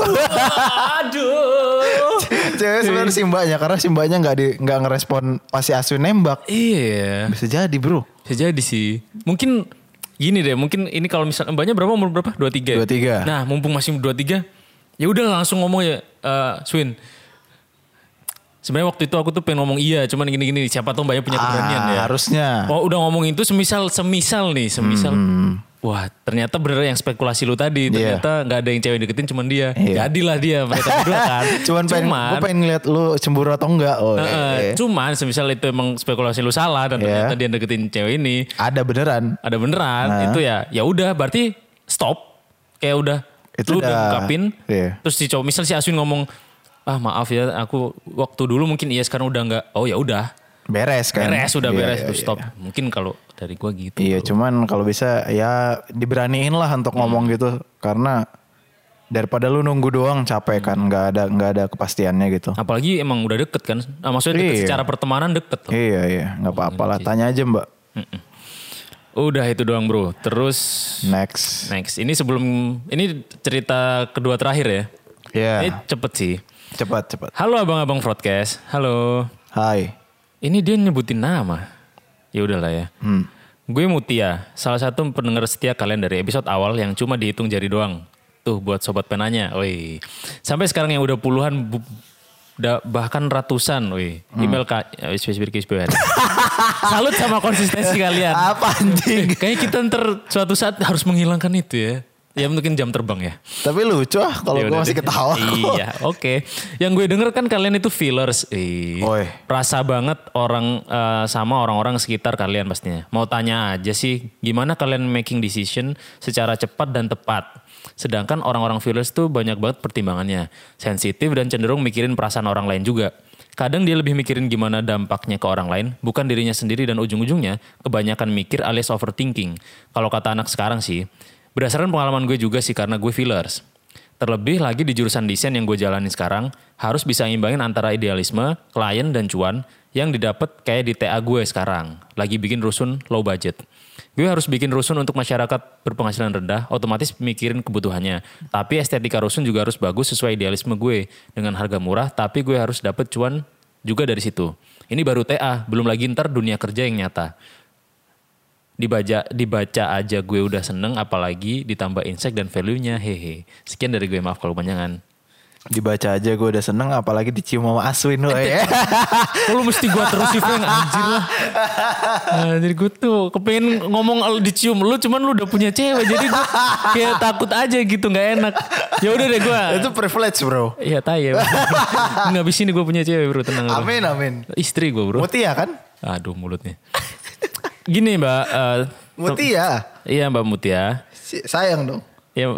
Aduh. Cewek sebenarnya si mbaknya karena si mbaknya nggak ngerespon pas si Aswin nembak. Iya. Bisa jadi bro. Bisa jadi sih. Mungkin gini deh, mungkin ini kalau misalnya mbaknya berapa, umur berapa? 23. 23. Nah, mumpung masih 23, ya udah langsung ngomong ya, Swin. Sebenarnya waktu itu aku tuh pengen ngomong iya, cuman gini-gini, siapa tahu mbaknya punya keberanian ya. Harusnya. Oh, udah ngomong itu semisal nih. Wah, ternyata bener yang spekulasi lu tadi. Ternyata nggak ada yang cewek deketin, cuman dia. Jadilah dia mereka berdua kan. Gue pengen ngeliat lu cemburu atau enggak. Cuman semisal itu emang spekulasi lu salah dan ternyata dia deketin cewek ini. Ada beneran. Itu ya udah berarti stop. Kayak udah Itu lu udah ungkapin. Iya. Terus si cowok, misal si Aswin ngomong, maaf ya, aku waktu dulu mungkin iya, sekarang udah enggak. Oh ya udah. Beres kan. Beres, udah Iya, beres, iya, terus stop. iya. Mungkin kalau dari gua gitu. Iya, bro. cuman kalau bisa ya diberaniin lah untuk ngomong gitu, karena daripada lu nunggu doang capek kan, nggak ada kepastiannya gitu. Apalagi emang udah deket kan. Maksudnya deket secara pertemanan deket. Loh. Iya, nggak apa-apa lah. Tanya aja Mbak. Udah itu doang bro. Terus Next. ini cerita kedua terakhir ya. Iya. Ini cepet sih. Cepat. Halo abang-abang broadcast. Halo. Hai. Ini dia nyebutin nama. Ya udahlah ya. Gue Mutia, salah satu pendengar setia kalian dari episode awal yang cuma dihitung jari doang. Tuh buat sobat penanya. Woi. Sampai sekarang yang udah puluhan Udah bahkan ratusan, email Salut sama konsistensi kalian. Apa anjing? Kayaknya kita ntar suatu saat harus menghilangkan itu ya. Ya mungkin jam terbang ya. Tapi lucu kalau Ya gue udah masih deh. ketawa. Iya, oke. Yang gue denger kan kalian itu fillers. Oi. Rasa banget orang sama orang-orang sekitar kalian pastinya. Mau tanya aja sih, gimana kalian making decision secara cepat dan tepat? Sedangkan orang-orang fillers tuh banyak banget pertimbangannya. Sensitif dan cenderung mikirin perasaan orang lain juga. Kadang dia lebih mikirin gimana dampaknya ke orang lain, bukan dirinya sendiri dan ujung-ujungnya kebanyakan mikir alias overthinking. Kalau kata anak sekarang sih, berdasarkan pengalaman gue juga sih karena gue fillers. Terlebih lagi di jurusan desain yang gue jalani sekarang, harus bisa ngimbangin antara idealisme, klien, dan cuan yang didapat kayak di TA gue sekarang. Lagi bikin rusun low budget. Gue harus bikin rusun untuk masyarakat berpenghasilan rendah, otomatis mikirin kebutuhannya. Tapi estetika rusun juga harus bagus sesuai idealisme gue. Dengan harga murah, tapi gue harus dapet cuan juga dari situ. Ini baru TA, belum lagi ntar dunia kerja yang nyata. Dibaca aja gue udah seneng, apalagi ditambah insight dan value-nya, hehe. Sekian dari gue, maaf kalau kepanjangan. Dibaca aja gue udah seneng, apalagi dicium sama Aswin loh ya. Lu mesti gue terus sih, Frank, anjir lah. Nah, jadi gue tuh kepengen ngomong dicium lu, cuman lu udah punya cewek, jadi gue kayak takut aja gitu, gak enak. Ya udah deh gue. Itu privilege bro. Iya tahu ya. Nggak abis ini gue punya cewek bro, tenang. Bro. Amin amin. Istri gue bro. Mutia kan? Aduh mulutnya. Gini Mbak. Mutia. Iya Mbak Mutia. Sayang dong. Ya,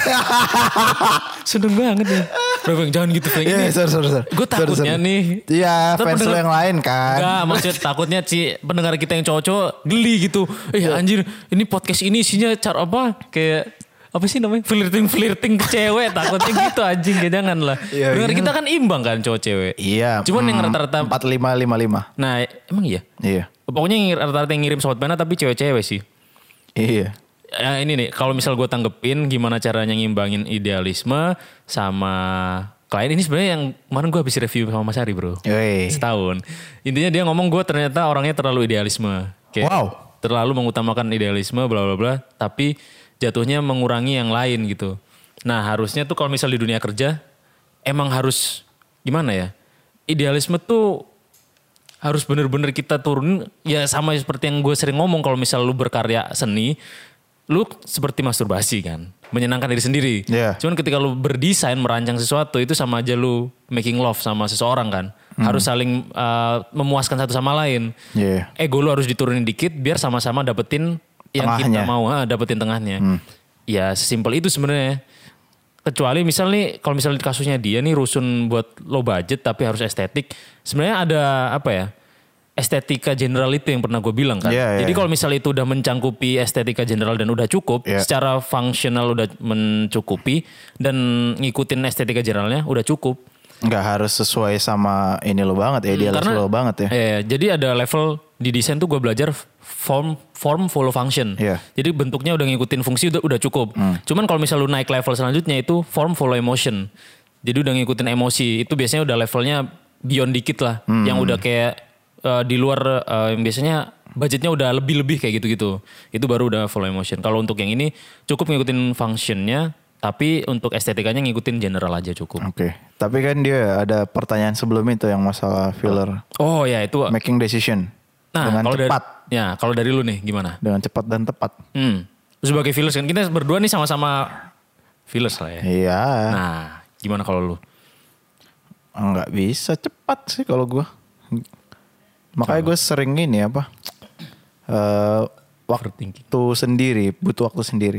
seneng banget ya. Bro, Frank, jangan gitu Frank. Iya, sorry. Gue takutnya nih. Iya, Ntar fans lo yang lain kan. Enggak, maksudnya takutnya si pendengar kita yang cowok-cowok geli gitu. Anjir, ini podcast ini isinya cara apa? Kayak apa sih namanya? Flirting ke cewek. Takutnya gitu anjing, kayak jangan lah. Iya, Pendengar iya. kita kan imbang kan cowok cewek. Iya. Cuman yang rata-rata 4555. Nah, emang iya? Iya. Pokoknya yang rata-rata yang ngirim sobat pena tapi cewek-cewek sih. Iya. Ini nih, kalau misal gue tanggepin gimana caranya ngimbangin idealisme sama klien. Ini sebenarnya yang kemarin gue habis review sama Mas Ari bro. Yoi. Setahun. Intinya dia ngomong gue ternyata orangnya terlalu idealisme. Kayak Wow. terlalu mengutamakan idealisme bla bla bla. Tapi jatuhnya mengurangi yang lain gitu. Nah harusnya tuh kalau misal di dunia kerja emang harus gimana ya. Idealisme tuh harus bener-bener kita turunin. Ya sama seperti yang gue sering ngomong kalau misal lu berkarya seni. Lu seperti masturbasi kan. Menyenangkan diri sendiri. Iya. Cuman ketika lu berdesain, merancang sesuatu itu sama aja lu making love sama seseorang kan. Harus saling memuaskan satu sama lain. Iya. Ego lu harus diturunin dikit biar sama-sama dapetin yang Tengahnya. kita mau. Dapetin tengahnya. Ya sesimpel itu sebenarnya. Kecuali misal nih, kalau misalnya kasusnya dia nih rusun buat low budget tapi harus estetik. Sebenarnya ada apa ya? Estetika general itu yang pernah gue bilang kan. Iya, Jadi iya. kalau misalnya itu udah mencangkupi estetika general dan udah cukup, Iya. secara fungsional udah mencukupi dan ngikutin estetika generalnya udah cukup. Nggak harus sesuai sama ini lo banget ya. Idealis lo banget ya. Jadi ada level di desain tuh gue belajar form follow function. Iya. Jadi bentuknya udah ngikutin fungsi udah cukup. Cuman kalau misal lu naik level selanjutnya itu form follow emotion. Jadi udah ngikutin emosi. Itu biasanya udah levelnya beyond dikit lah. Yang udah kayak di luar yang biasanya budgetnya udah lebih-lebih kayak gitu-gitu. Itu baru udah follow emotion. Kalau untuk yang ini cukup ngikutin functionnya. Tapi untuk estetikanya ngikutin general aja cukup. Oke. Tapi kan dia ada pertanyaan sebelum itu yang masalah filler. Oh ya itu. Making decision. Nah dengan kalau cepat. kalau dari lu nih gimana? Dengan cepat dan tepat. Sebagai fillers kan kita berdua nih sama-sama fillers lah ya. Iya. Nah, gimana kalau lu? Nggak bisa cepat sih kalau gue. Makanya gue sering ini apa. Overthinking. Waktu sendiri. Butuh waktu sendiri.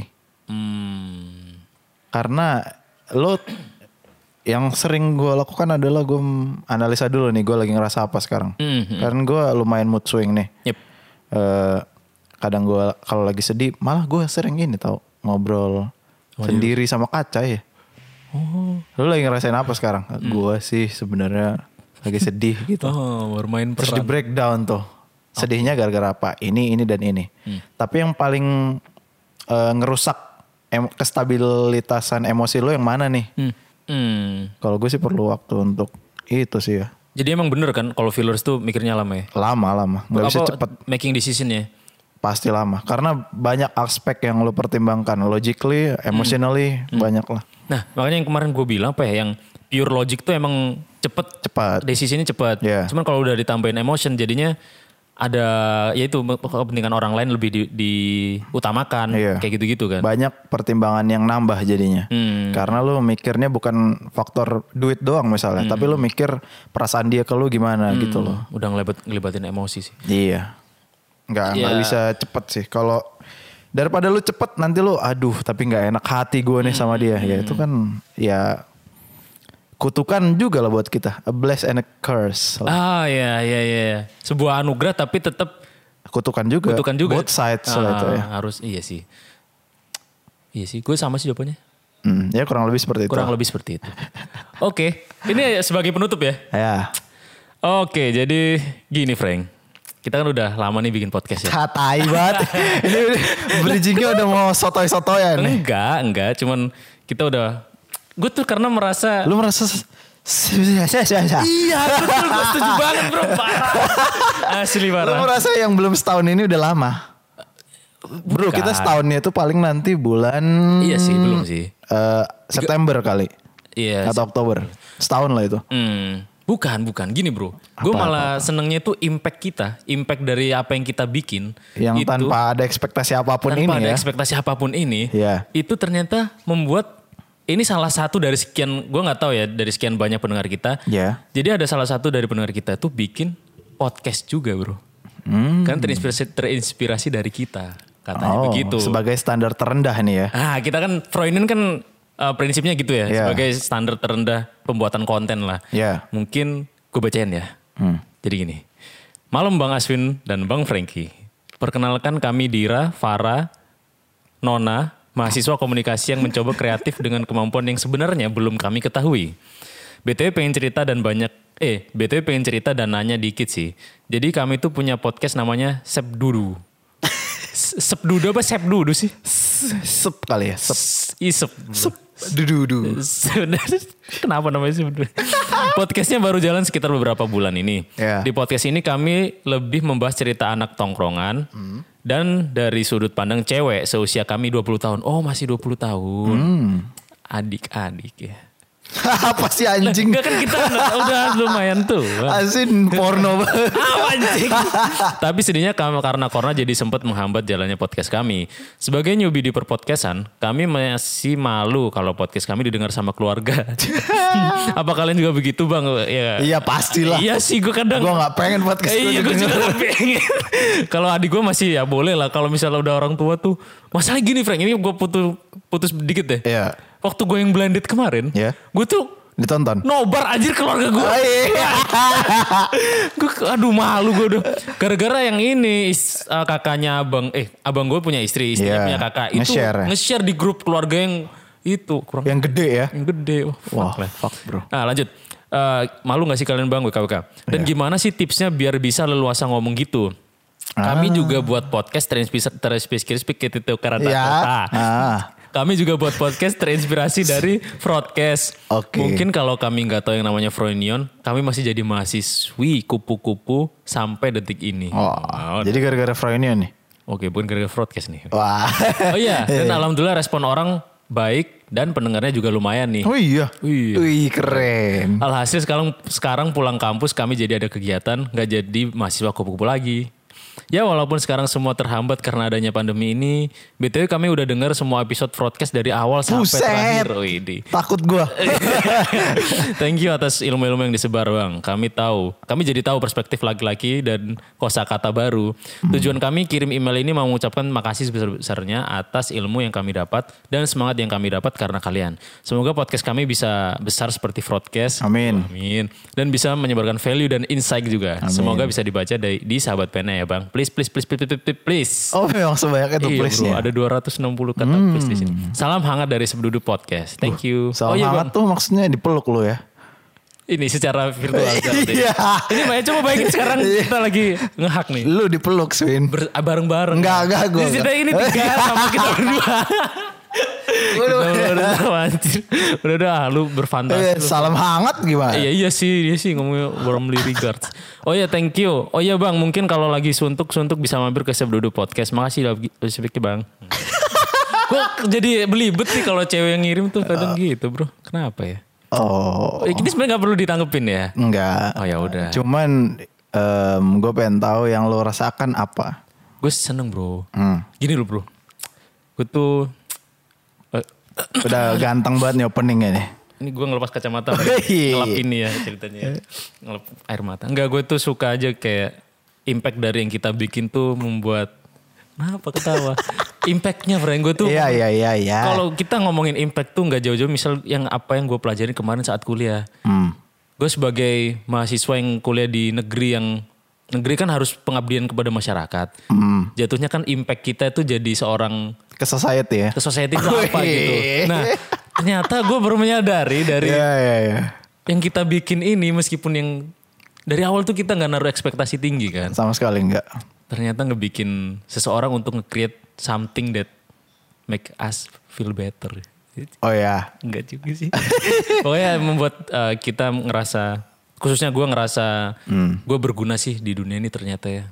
Karena lo yang sering gue lakukan adalah gue analisa dulu nih. Gue lagi ngerasa apa sekarang. Karena gue lumayan mood swing nih. Yep. Kadang gue kalau lagi sedih malah gue sering ini tau ngobrol sendiri sama kaca ya. Lu lagi ngerasain apa sekarang? Gue sih sebenarnya lagi sedih gitu. Oh, bermain Terus di peran. breakdown tuh. Sedihnya gara-gara apa? Ini dan ini. Tapi yang paling ngerusak kestabilitasan emosi lo yang mana nih? Kalau gue sih perlu waktu untuk itu sih ya. Jadi emang bener kan kalau fillers tuh mikirnya lama ya? Lama. Gak bisa cepet. Making decision-nya. Pasti lama. Karena banyak aspek yang lo pertimbangkan. Logically, emotionally, banyak lah. Nah makanya yang kemarin gue bilang apa ya, yang pure logic tuh emang Cepat. Decisionnya cepet. Iya. Cuman kalau udah ditambahin emotion jadinya ada ya itu kepentingan orang lain lebih diutamakan Iya. kayak gitu-gitu kan. Banyak pertimbangan yang nambah jadinya. Karena lu mikirnya bukan faktor duit doang misalnya, tapi lu mikir perasaan dia ke lu gimana gitu loh. Udah ngelibatin emosi sih. Iya. Nggak Ya. bisa cepet sih. Kalau daripada lu cepet nanti lu aduh tapi nggak enak hati gue nih sama dia. Ya itu kan ya kutukan juga lah buat kita. A bless and a curse. Ah iya. Sebuah anugerah tapi tetap Kutukan juga. Both sides lah itu ya. Harus iya sih. Iya sih, gue sama sih jawabannya. Ya kurang lebih seperti itu. Kurang lebih seperti itu. Oke, ini sebagai penutup ya. Ya. Oke, jadi gini Frank. Kita kan udah lama nih bikin podcast ya. Katai banget. Ini bridgingnya udah mau sotoy-sotoyan nih. Enggak. Cuman kita udah... Gue tuh karena merasa... Lu merasa... Iya betul, gue setuju banget bro. Parah. Asli Lu parah. merasa yang belum setahun ini udah lama. Bro, Bukan. kita setahunnya itu paling nanti bulan... Iya sih, belum sih. September kali. Iya. Atau Oktober. Setahun lah itu. Bukan. Gini bro. Gue malah senengnya tuh impact kita. Impact dari apa yang kita bikin. Yang itu, tanpa ada ekspektasi apapun ini tanpa ada ya. ekspektasi apapun ini. Iya. Itu ternyata membuat... Ini salah satu dari sekian, gue gak tahu ya, dari sekian banyak pendengar kita. Iya. Jadi ada salah satu dari pendengar kita tuh bikin podcast juga bro. Kan terinspirasi dari kita. Katanya begitu. Sebagai standar terendah nih ya. Kita kan Froinen kan prinsipnya gitu ya. Iya. Sebagai standar terendah pembuatan konten lah. Iya. Mungkin gue bacain ya. Jadi gini. Malam Bang Aswin dan Bang Frankie. Perkenalkan kami Dira, Farah, Nona, mahasiswa komunikasi yang mencoba kreatif dengan kemampuan yang sebenarnya belum kami ketahui. BTW pengen cerita dan nanya dikit sih. Jadi kami tuh punya podcast namanya Sepdudu. Sepdudu apa Sepdudu sih? Sep kali ya. Sep. Isep. Dudu. Kenapa namanya Sepdudu? Podcastnya baru jalan sekitar beberapa bulan ini. Iya. Di podcast ini kami lebih membahas cerita anak tongkrongan. Dan dari sudut pandang cewek seusia kami 20 tahun. Oh masih 20 tahun. Adik-adik ya. Apa sih anjing? Enggak kan kita udah lumayan tuh. Asin porno banget. Anjing. Tapi sedihnya karena corona jadi sempat menghambat jalannya podcast kami. Sebagai newbie di perpodcastan, kami masih malu kalau podcast kami didengar sama keluarga. Apa kalian juga begitu bang? Ya. Iya pastilah. Iya sih gue kadang. Gue gak pengen podcast gue Iya gue juga gak pengen. Kalau adik gue masih ya boleh lah. Kalau misalnya udah orang tua tuh. Masalah gini Frank, ini gue putus dikit deh. Iya. Waktu gue yang blended kemarin. Iya. Gue tuh Ditonton. nobar anjir keluarga gue. Gue aduh malu gue udah. Gara-gara yang ini kakaknya abang gue punya istri. Istrinya punya kakak. Itu nge-share di grup keluarga yang itu. Yang gede ya. Yang gede. Wah fuck bro. Nah lanjut. Malu gak sih kalian bang WKWK? Dan gimana sih tipsnya biar bisa leluasa ngomong gitu? Kami juga buat podcast terinspirasi itu karena kami juga buat podcast terinspirasi dari Broadcast. Mungkin kalau kami nggak tahu yang namanya Froinion, kami masih jadi mahasiswi kupu-kupu sampai detik ini. Jadi gara-gara Froinion nih? Oke, bukan gara-gara Broadcast nih. Wah. Oh iya, dan alhamdulillah respon orang baik dan pendengarnya juga lumayan nih. Oh iya. Wih keren. Alhasil sekarang pulang kampus kami jadi ada kegiatan, nggak jadi mahasiswa kupu-kupu lagi. Ya walaupun sekarang semua terhambat karena adanya pandemi ini, BTW kami udah dengar semua episode Broadcast dari awal sampai terakhir. Takut gue. Thank you atas ilmu-ilmu yang disebar bang. Kami jadi tahu perspektif laki-laki dan kosakata baru. Tujuan kami kirim email ini mau mengucapkan makasih sebesar-besarnya atas ilmu yang kami dapat dan semangat yang kami dapat karena kalian. Semoga podcast kami bisa besar seperti Broadcast. Amin. Dan bisa menyebarkan value dan insight juga. Amin. Semoga bisa dibaca di Sahabat Pena ya bang. Please. Oh memang sebanyak itu please-nya. Ada 260 kata please di sini. Salam hangat dari Sepdudu Podcast. Thank you. Salam hangat tuh maksudnya dipeluk lo ya. Ini secara virtual. Iya. Ini coba bayangin sekarang kita lagi ngehack nih. Lu dipeluk Swin. Bareng-bareng. Enggak gue. Ini 3 sama kita berdua. Udah lu berfantasi. Salam hangat gimana? Iya sih ngomongnya warmly regards. Oh iya thank you. Oh iya bang mungkin kalau lagi suntuk bisa mampir ke Sepdudu Podcast. Makasih lagi bang. Gue jadi belibet nih kalau cewek yang ngirim tuh kadang gitu bro. Kenapa ya? Oh, Ini sebenarnya gak perlu ditanggepin ya. enggak. Oh ya udah. Cuman gue pengen tahu yang lo rasakan apa. Gue seneng bro. Gini loh bro. Gue tuh Udah ganteng banget nih openingnya nih. ini gue ngelepas kacamata, Wih. ngelap ini ya ceritanya, ngelap air mata. Enggak, gue tuh suka aja kayak impact dari yang kita bikin tuh membuat, kenapa ketawa? Impactnya, Frank, gue tuh. Iya. Kalau kita ngomongin impact tuh nggak jauh-jauh, misal yang apa yang gue pelajarin kemarin saat kuliah. Gue sebagai mahasiswa yang kuliah di negeri kan harus pengabdian kepada masyarakat. Jatuhnya kan impact kita itu jadi seorang Ke society ya. ke society itu apa gitu. Nah, ternyata gue baru menyadari dari Iya. yang kita bikin ini, meskipun yang dari awal tuh kita nggak naruh ekspektasi tinggi kan. Sama sekali enggak. Ternyata ngebikin seseorang untuk nge-create something that make us feel better. Oh ya. Enggak juga sih. Pokoknya membuat kita ngerasa, khususnya gue ngerasa gue berguna sih di dunia ini ternyata ya.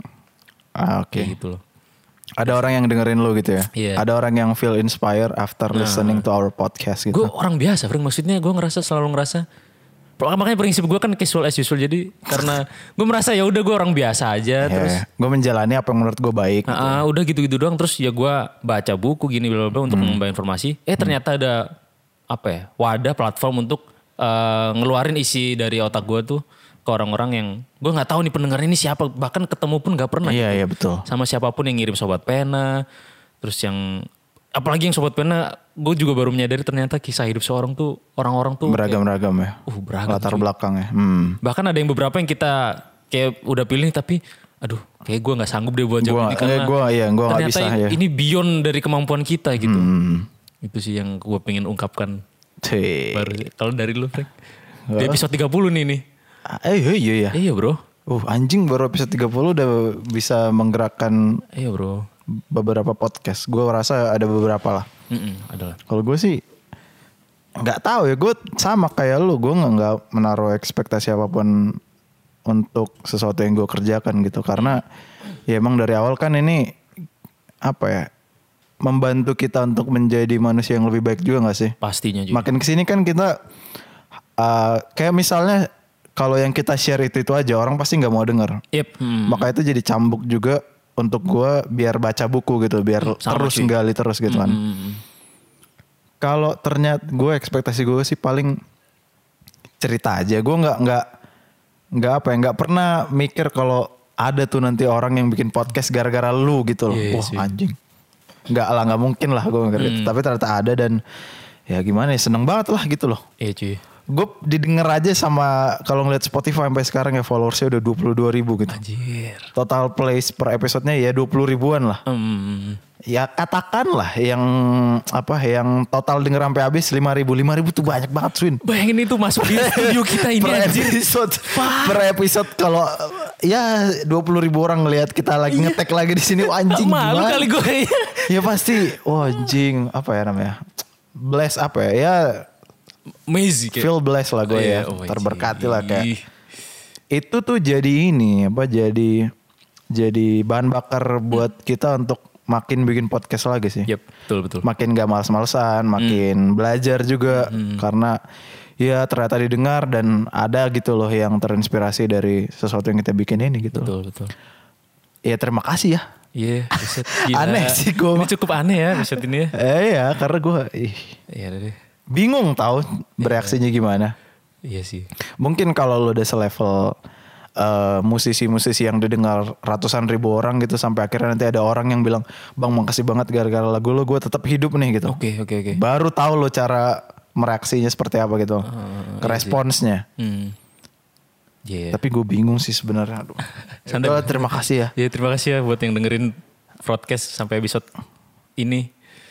Oke. Kayak gitu loh. Ada orang yang dengerin lu gitu ya. Iya. Ada orang yang feel inspired after listening to our podcast gitu. Gue orang biasa, Frank. Maksudnya gue selalu ngerasa. Makanya prinsip gue kan casual as usual. Jadi karena gue merasa ya udah gue orang biasa aja. Terus gue menjalani apa yang menurut gue baik. udah gitu-gitu doang. Terus ya gue baca buku gini bla bla untuk mengembang informasi. Ternyata ada apa ya, wadah platform untuk ngeluarin isi dari otak gue tuh ke orang-orang yang gue nggak tahu nih pendengar ini siapa, bahkan ketemu pun nggak pernah. Iya betul. Sama siapapun yang ngirim sobat pena, terus yang apalagi yang sobat pena, gue juga baru menyadari ternyata kisah hidup seorang tuh orang-orang tuh Beragam-ragam ya. beragam. Latar belakangnya. Bahkan ada yang beberapa yang kita kayak udah pilih tapi aduh kayak gue nggak sanggup deh buat jawab ini karena gue nggak ternyata bisa ya. ini beyond dari kemampuan kita gitu. Itu sih yang gue pengen ungkapkan. Baru kalau dari lu, Frank. Di episode 30 nih. Iya. Iya bro. Anjing baru episode 30 udah bisa menggerakkan Iya bro. beberapa podcast. Gue rasa ada beberapa lah. Adalah. Kalau gue sih nggak tahu ya. Gue sama kayak lu. Gue nggak menaruh ekspektasi apapun untuk sesuatu yang gue kerjakan gitu. Karena ya emang dari awal kan ini apa ya, membantu kita untuk menjadi manusia yang lebih baik juga nggak sih? Pastinya juga. Makin kesini kan kita kayak misalnya kalau yang kita share itu aja orang pasti nggak mau denger. Yep. Maka itu jadi cambuk juga untuk gue biar baca buku gitu, biar Sama terus sih. nggali terus gitu kan. Kalau ternyata gue ekspektasi gue sih paling cerita aja. Gue nggak pernah mikir kalau ada tuh nanti orang yang bikin podcast gara-gara lu gitu loh. Iya Wah sih. anjing. Nggak mungkin lah gue mikir gitu. Tapi ternyata ada dan ya gimana ya, seneng banget lah gitu loh. Iya cuy. Gue didengar aja sama kalau ngeliat Spotify sampai sekarang ya followersnya udah 22.000 gitu. Anjir. Total plays per episodenya ya 20 ribuan lah. Ya katakanlah yang total denger sampai habis 5.000 tuh banyak banget Swin. Bayangin itu masuk di studio kita ini anjir. Per episode kalau ya 20.000 orang ngelihat kita lagi ngetek lagi di sini, wah, anjing Malu gimana? kali gue. Ya pasti, wah anjing apa ya namanya? Bless apa ya? Ya Amazing kayak. feel blessed lah gue ya, Oh, terberkati lah kayak. ih. Itu tuh jadi jadi bahan bakar buat kita untuk makin bikin podcast lagi sih. Yep, betul. Makin gak males-malesan, makin belajar juga karena ya ternyata didengar dan ada gitu loh yang terinspirasi dari sesuatu yang kita bikin ini gitu. Betul. Ya terima kasih ya. Iya, episode gila. Aneh sih gue. Ini cukup aneh ya episode ini ya. Ya karena gue Iya deh. bingung tahu bereaksinya gimana. Iya sih. Mungkin kalau lo udah selevel musisi-musisi yang didengar ratusan ribu orang gitu sampai akhirnya nanti ada orang yang bilang, "Bang, makasih banget gara-gara lagu lo gue tetap hidup nih," gitu. Oke. Baru tahu lo cara mereaksinya seperti apa gitu. Responsnya. Iya. Tapi gue bingung sih sebenarnya. Aduh. Santai. Yaudah, terima kasih ya. Ya terima kasih ya buat yang dengerin broadcast sampai episode ini.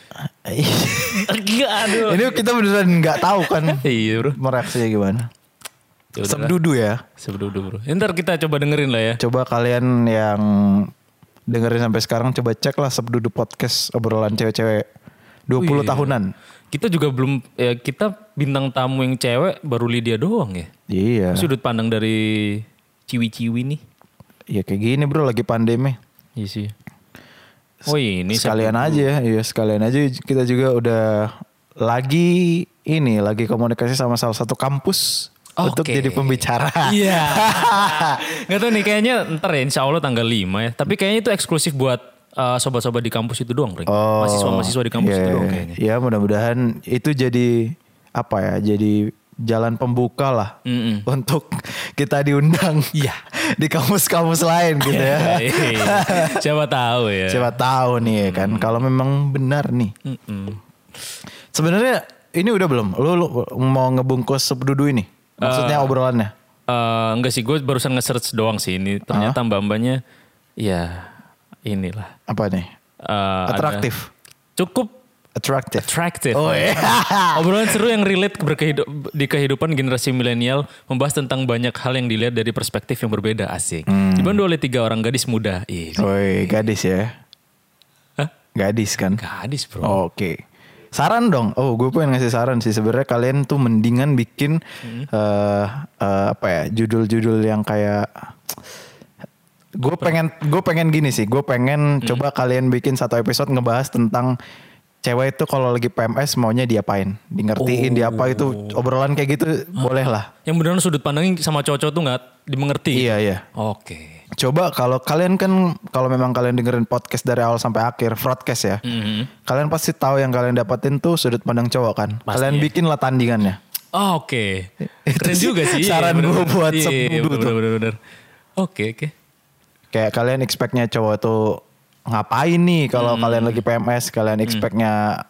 Aduh. Ini kita beneran nggak tahu kan Iya bro. mereaksinya gimana. Ya udahlah. Sebdudu ya. Sebdudu bro. Ntar kita coba dengerin lah ya. Coba kalian yang dengerin sampai sekarang coba cek lah Sebdudu podcast obrolan cewek-cewek 20 tahunan. Kita juga belum ya, kita bintang tamu yang cewek baru Lydia doang ya. Iya. Sudut pandang dari ciwi-ciwi nih. Ya kayak gini bro, lagi pandemi. Iya sih. Oh ini Sekalian aja ya. Iya sekalian aja kita juga udah lagi ini lagi komunikasi sama salah satu kampus untuk Oke. jadi pembicara. Iya. Gak tau nih kayaknya ntar ya insya Allah tanggal 5 ya. Tapi kayaknya itu eksklusif buat sobat-sobat di kampus itu doang. Mahasiswa-mahasiswa di kampus itu doang kayaknya. Ya mudah-mudahan itu jadi apa ya? Jadi jalan pembuka lah untuk kita diundang. Iya. Di kampus-kampus lain gitu ya. Siapa tahu ya. Siapa tahu nih ya kan. Kalau memang benar nih. Sebenarnya ini udah belum? Lu mau ngebungkus Subdudu ini? Maksudnya obrolannya? Enggak sih, gue barusan nge-search doang sih ini. Ternyata mbak-mbaknya ya inilah. Apa nih? Atraktif. Cukup Attractive. attractive. Oh iya. Obrolan seru yang relate di kehidupan generasi milenial, membahas tentang banyak hal yang dilihat dari perspektif yang berbeda. Asik. Dibantu oleh 3 orang gadis muda. Woi, gadis ya. Hah? Gadis kan? Gadis bro. Oke. Saran dong. Oh, gue pengen ngasih saran sih. Sebenarnya kalian tuh mendingan bikin apa ya? Judul-judul yang kayak gue pengen gini sih. Gue pengen coba kalian bikin satu episode ngebahas tentang cewek itu kalau lagi PMS maunya diapain, di apa itu obrolan kayak gitu boleh lah. Yang beneran sudut pandangnya sama cowok-cowok tuh gak dimengerti. Iya. Oke. Coba kalau kalian kan kalau memang kalian dengerin podcast dari awal sampai akhir, broadcast ya. Kalian pasti tahu yang kalian dapetin tuh sudut pandang cowok kan. Pasti, kalian ya. bikin lah tandingannya. Oh, oke. Itu Keren sih juga sih. saran Iya, gue buat Iya, Subdudu tuh. bener. Oke. Kayak kalian expectnya cowok tuh ngapain nih kalau kalian lagi PMS, kalian expectnya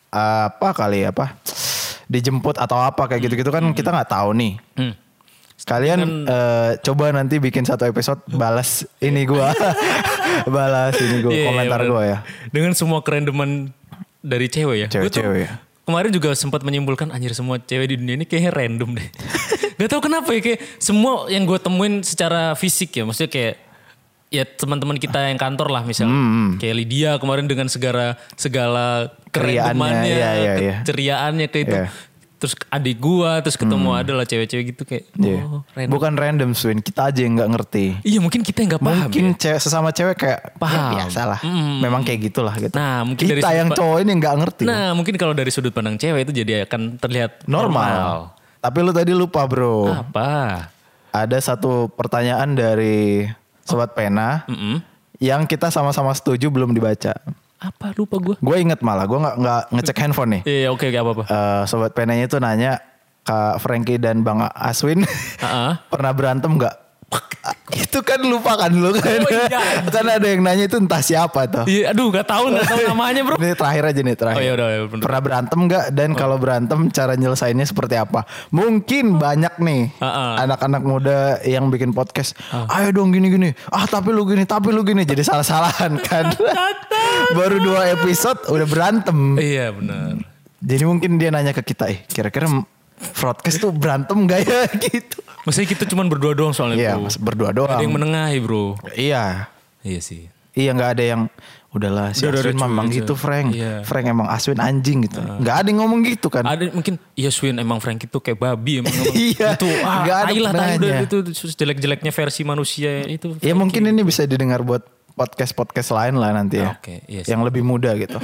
dijemput atau apa kayak gitu-gitu kan kita nggak tahu nih. Kalian coba nanti bikin satu episode balas ini gua. Balas ini gua, Iya, komentar bener. gua ya. Dengan semua kerandoman dari cewek ya. Gua tuh Cewek-cewek ya. kemarin juga sempat menyimpulkan anjir semua cewek di dunia ini kayaknya random deh. Gak tahu kenapa ya, kayak semua yang gue temuin secara fisik ya. Maksudnya kayak ya teman-teman kita yang kantor lah misalnya. Kayak Lydia kemarin dengan segala kerandomannya, iya. keceriaannya kayak itu. Iya. Terus adik gua, terus ketemu adalah cewek-cewek gitu kayak Iya. random. Bukan random Swin, kita aja yang nggak ngerti. Iya mungkin kita yang gak paham Mungkin ya. sesama cewek kayak Paham. ya biasa lah. Memang kayak gitulah gitu. Nah, mungkin dari kita yang sudut cowok ini nggak ngerti. Nah mungkin kalau dari sudut pandang cewek itu jadi akan terlihat normal. Tapi lu tadi lupa bro. Apa? Ada satu pertanyaan dari Sobat Pena yang kita sama-sama setuju belum dibaca. Apa lupa gue? Gue inget malah, gue nggak ngecek handphone nih. Iya oke apa-apa. Sobat Penanya itu nanya Kak Frankie dan Bang Aswin pernah berantem nggak? Itu kan lupa kan lu kan? Oh, iya. Kan ada yang nanya itu entah siapa tuh. Iya, aduh gak tahu namanya bro. Ini terakhir aja nih terakhir. Oh ya udah bener. Pernah berantem nggak? Dan kalau berantem cara nyelesainnya seperti apa? Mungkin banyak nih anak-anak muda yang bikin podcast. Ayo dong gini-gini. Tapi lu gini. Jadi salah-salahan kan. Baru 2 episode udah berantem. Iya benar. Jadi mungkin dia nanya ke kita, kira-kira broadcast tuh berantem gak ya gitu. Maksudnya kita cuma berdua doang soalnya Iya, bro. mas berdua doang. Ada yang menengahi bro. Iya. Iya sih. Iya nggak ada yang udahlah si Udah, Aswin cuy, memang cuy. gitu Frank. Iya. Frank emang Aswin anjing gitu. Nggak ada yang ngomong gitu kan. Ada mungkin iya Swin emang Frank itu kayak babi emang. Iya, Itu nggak ada tai lah tai, penanya. itu jelek-jeleknya versi manusia itu. Ya mungkin ini bisa didengar buat podcast lain lah nanti ya. Oke, iya sih. Yang lebih muda gitu.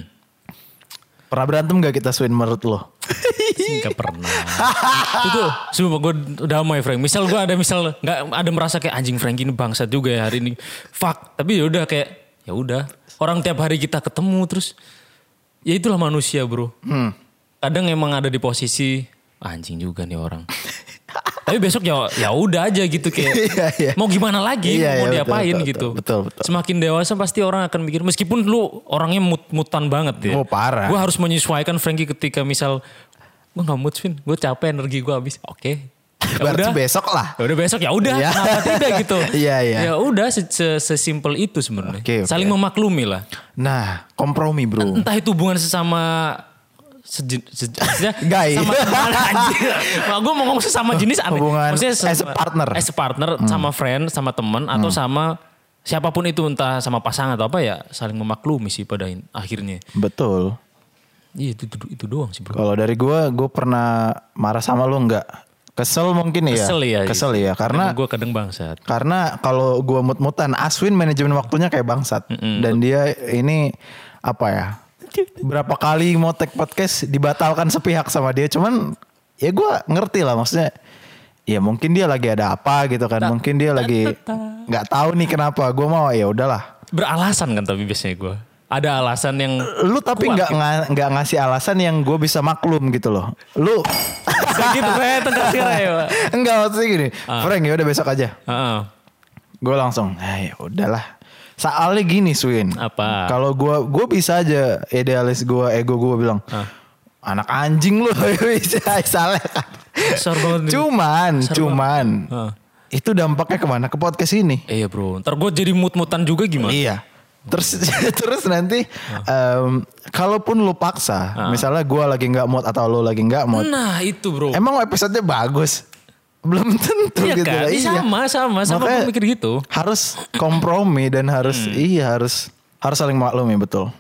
Pernah berantem gak kita Swin menurut lo? Gak pernah. Itu sumpah gue damai Frank. Misal gue ada gak ada merasa kayak anjing Frank ini bangsat juga ya hari ini. Fuck. Tapi ya udah. Orang tiap hari kita ketemu terus. Ya itulah manusia bro. Kadang emang ada di posisi anjing juga nih orang. Tapi besok ya udah aja gitu kayak Iya. mau gimana lagi, Iya, mau iya, diapain betul, gitu. betul. Semakin dewasa pasti orang akan mikir meskipun lu orangnya mutan banget ya. Oh, parah. Gue harus menyesuaikan Frankie ketika misal gue nggak mood Vin, gue capek energi gue habis. Oke. Ya Berarti udah. besok lah. Ya udah besok ya udah. Iya. Kenapa tidak gitu? Iya. Ya udah sesimpel itu sebenarnya. Oke. Saling memaklumi lah. Nah kompromi bro. Entah itu hubungan sesama Gay. sama teman anjir. Gue mau ngomong sesama jenis aneh. Hubungan Maksudnya as a partner. As a partner sama friend, sama teman atau sama siapapun itu entah sama pasangan atau apa ya saling memaklumi sih pada akhirnya. Betul. Iya itu doang sih bro. Kalau dari gue pernah marah sama lo nggak? Kesel mungkin ya. Kesel ya. Karena gue kadang bangsat. Karena kalau gue mut-mutan, Aswin manajemen waktunya kayak bangsat. Dan dia ini apa ya? berapa kali mau take podcast dibatalkan sepihak sama dia. Cuman ya gue ngerti lah maksudnya. Ya mungkin dia lagi ada apa gitu kan. Mungkin dia lagi nggak tahu nih kenapa. Gue mau ya udahlah. Beralasan kan tapi biasanya gue. Ada alasan yang lu tapi kuat nggak ngasih alasan yang gue bisa maklum gitu loh. Lu gitu kayak tengkasir ya. Enggak maksudnya gini. Frank ya udah besok aja. Gue langsung, ya udahlah. Soalnya gini Swin. Apa? Kalau gue bisa aja idealis gue, ego gue bilang, anak anjing lu bisa salah kan. Besar banget nih. Cuman itu dampaknya kemana? Ke podcast ini. Iya bro. Ntar gue jadi mut-mutan juga gimana? Iya. Terus nanti kalaupun lu paksa, misalnya gue lagi nggak mood atau lu lagi nggak mood. Nah itu bro. Emang episodenya bagus? Belum tentu iya gitu kan? lah. Sama Makanya gue mikir gitu. Harus kompromi dan harus harus saling maklumi betul.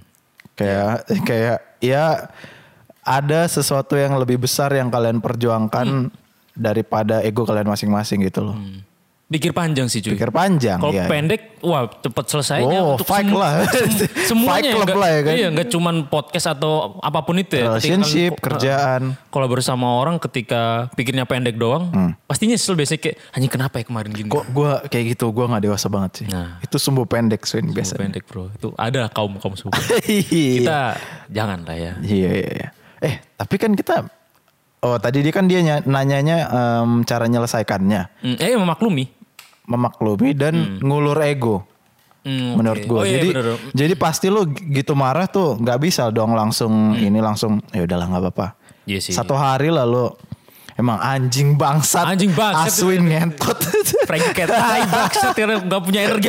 Kayak ya ada sesuatu yang lebih besar yang kalian perjuangkan daripada ego kalian masing-masing gitu loh. Pikir panjang sih cuy. Pikir panjang. Kalau pendek, wah cepat selesainya. Untuk fight lah. Semuanya Fight club lah ya kan. Iya gak cuman podcast atau apapun itu ya. Relationship, kerjaan. Kalau bersama orang ketika pikirnya pendek doang. Pastinya nyesel biasanya kayak, anjing kenapa ya kemarin gini. Kok gue kayak gitu, gue gak dewasa banget sih. Nah. Itu sumbu pendek Swin biasanya. Pendek bro. Itu ada kaum sumbu. Kita jangan lah ya. Iya. Tapi kan kita... Oh tadi dia kan nanyanya cara nyelesaikannya. Memaklumi dan ngulur ego. Menurut gue. Jadi pasti lu gitu marah tuh nggak bisa dong langsung ini langsung ya udahlah nggak apa-apa. Iya sih. Satu hari lalu emang anjing bangsat. Aswin ngentot. Prengket. Bangsat karena nggak punya energi.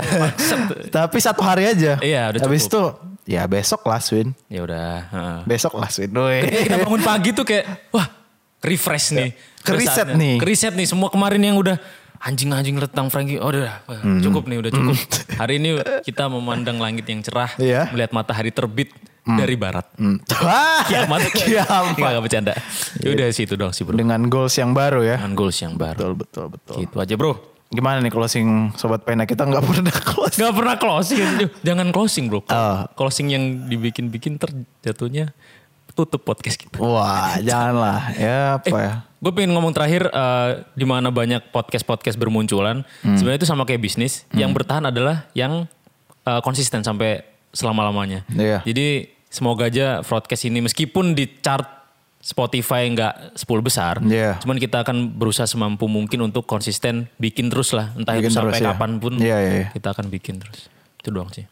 Tapi satu hari aja. Iya udah cukup. Habis itu ya besok lah Swin. Ya udah. Besok lah Swin. Kita bangun pagi tuh kayak wah refresh nih. Keriset nih semua kemarin yang udah anjing retang Frankie. Oh udah cukup nih udah cukup. Hari ini kita memandang langit yang cerah. Melihat matahari terbit dari barat. Kiamat. Gak bercanda. Ya udah situ dong sih bro. Dengan goals yang baru ya. Dengan goals yang baru. Betul. Gitu aja bro. Gimana nih closing Sobat Pena? Kita gak pernah closing. Gak pernah closing. Jangan closing bro. Closing yang dibikin-bikin terjatuhnya tutup podcast kita. Wah janganlah. Ya apa ya. Gue pengen ngomong terakhir di mana banyak podcast bermunculan. Sebenarnya itu sama kayak bisnis. Yang bertahan adalah yang konsisten sampai selama-lamanya. Jadi semoga aja podcast ini meskipun di chart Spotify nggak 10 besar. Cuman kita akan berusaha semampu mungkin untuk konsisten bikin terus lah. Entah itu sampai kapanpun kita akan bikin terus. Itu doang sih.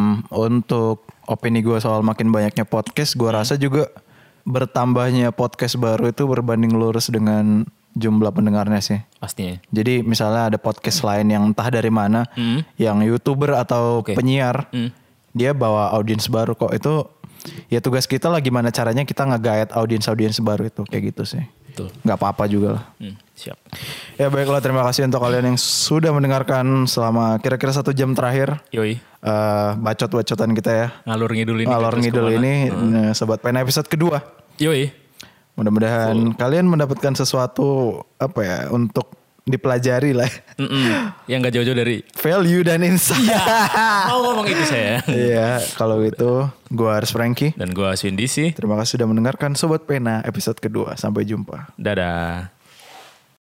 Untuk opini gue soal makin banyaknya podcast, gue rasa juga bertambahnya podcast baru itu berbanding lurus dengan jumlah pendengarnya sih. Pastinya. Jadi misalnya ada podcast lain yang entah dari mana, yang YouTuber atau penyiar, dia bawa audiens baru kok. Itu ya tugas kita lah gimana caranya kita nge-guide audiens baru itu kayak gitu sih. Betul. Gak apa-apa juga lah. Siap. Ya baiklah, terima kasih untuk kalian yang sudah mendengarkan selama kira-kira 1 jam terakhir. Yoi. Bacot-bacotan kita ya. Ngalur ngidul ini. Sobat Pena episode kedua. Yoi. Mudah-mudahan kalian mendapatkan sesuatu apa ya untuk dipelajari lah. Yang gak jauh-jauh dari value dan insight. Mau ngomong itu saya. Iya, kalau itu gue Aris Frankie dan gue Swin DC. Terima kasih sudah mendengarkan Sobat Pena episode kedua. Sampai jumpa. Dadah.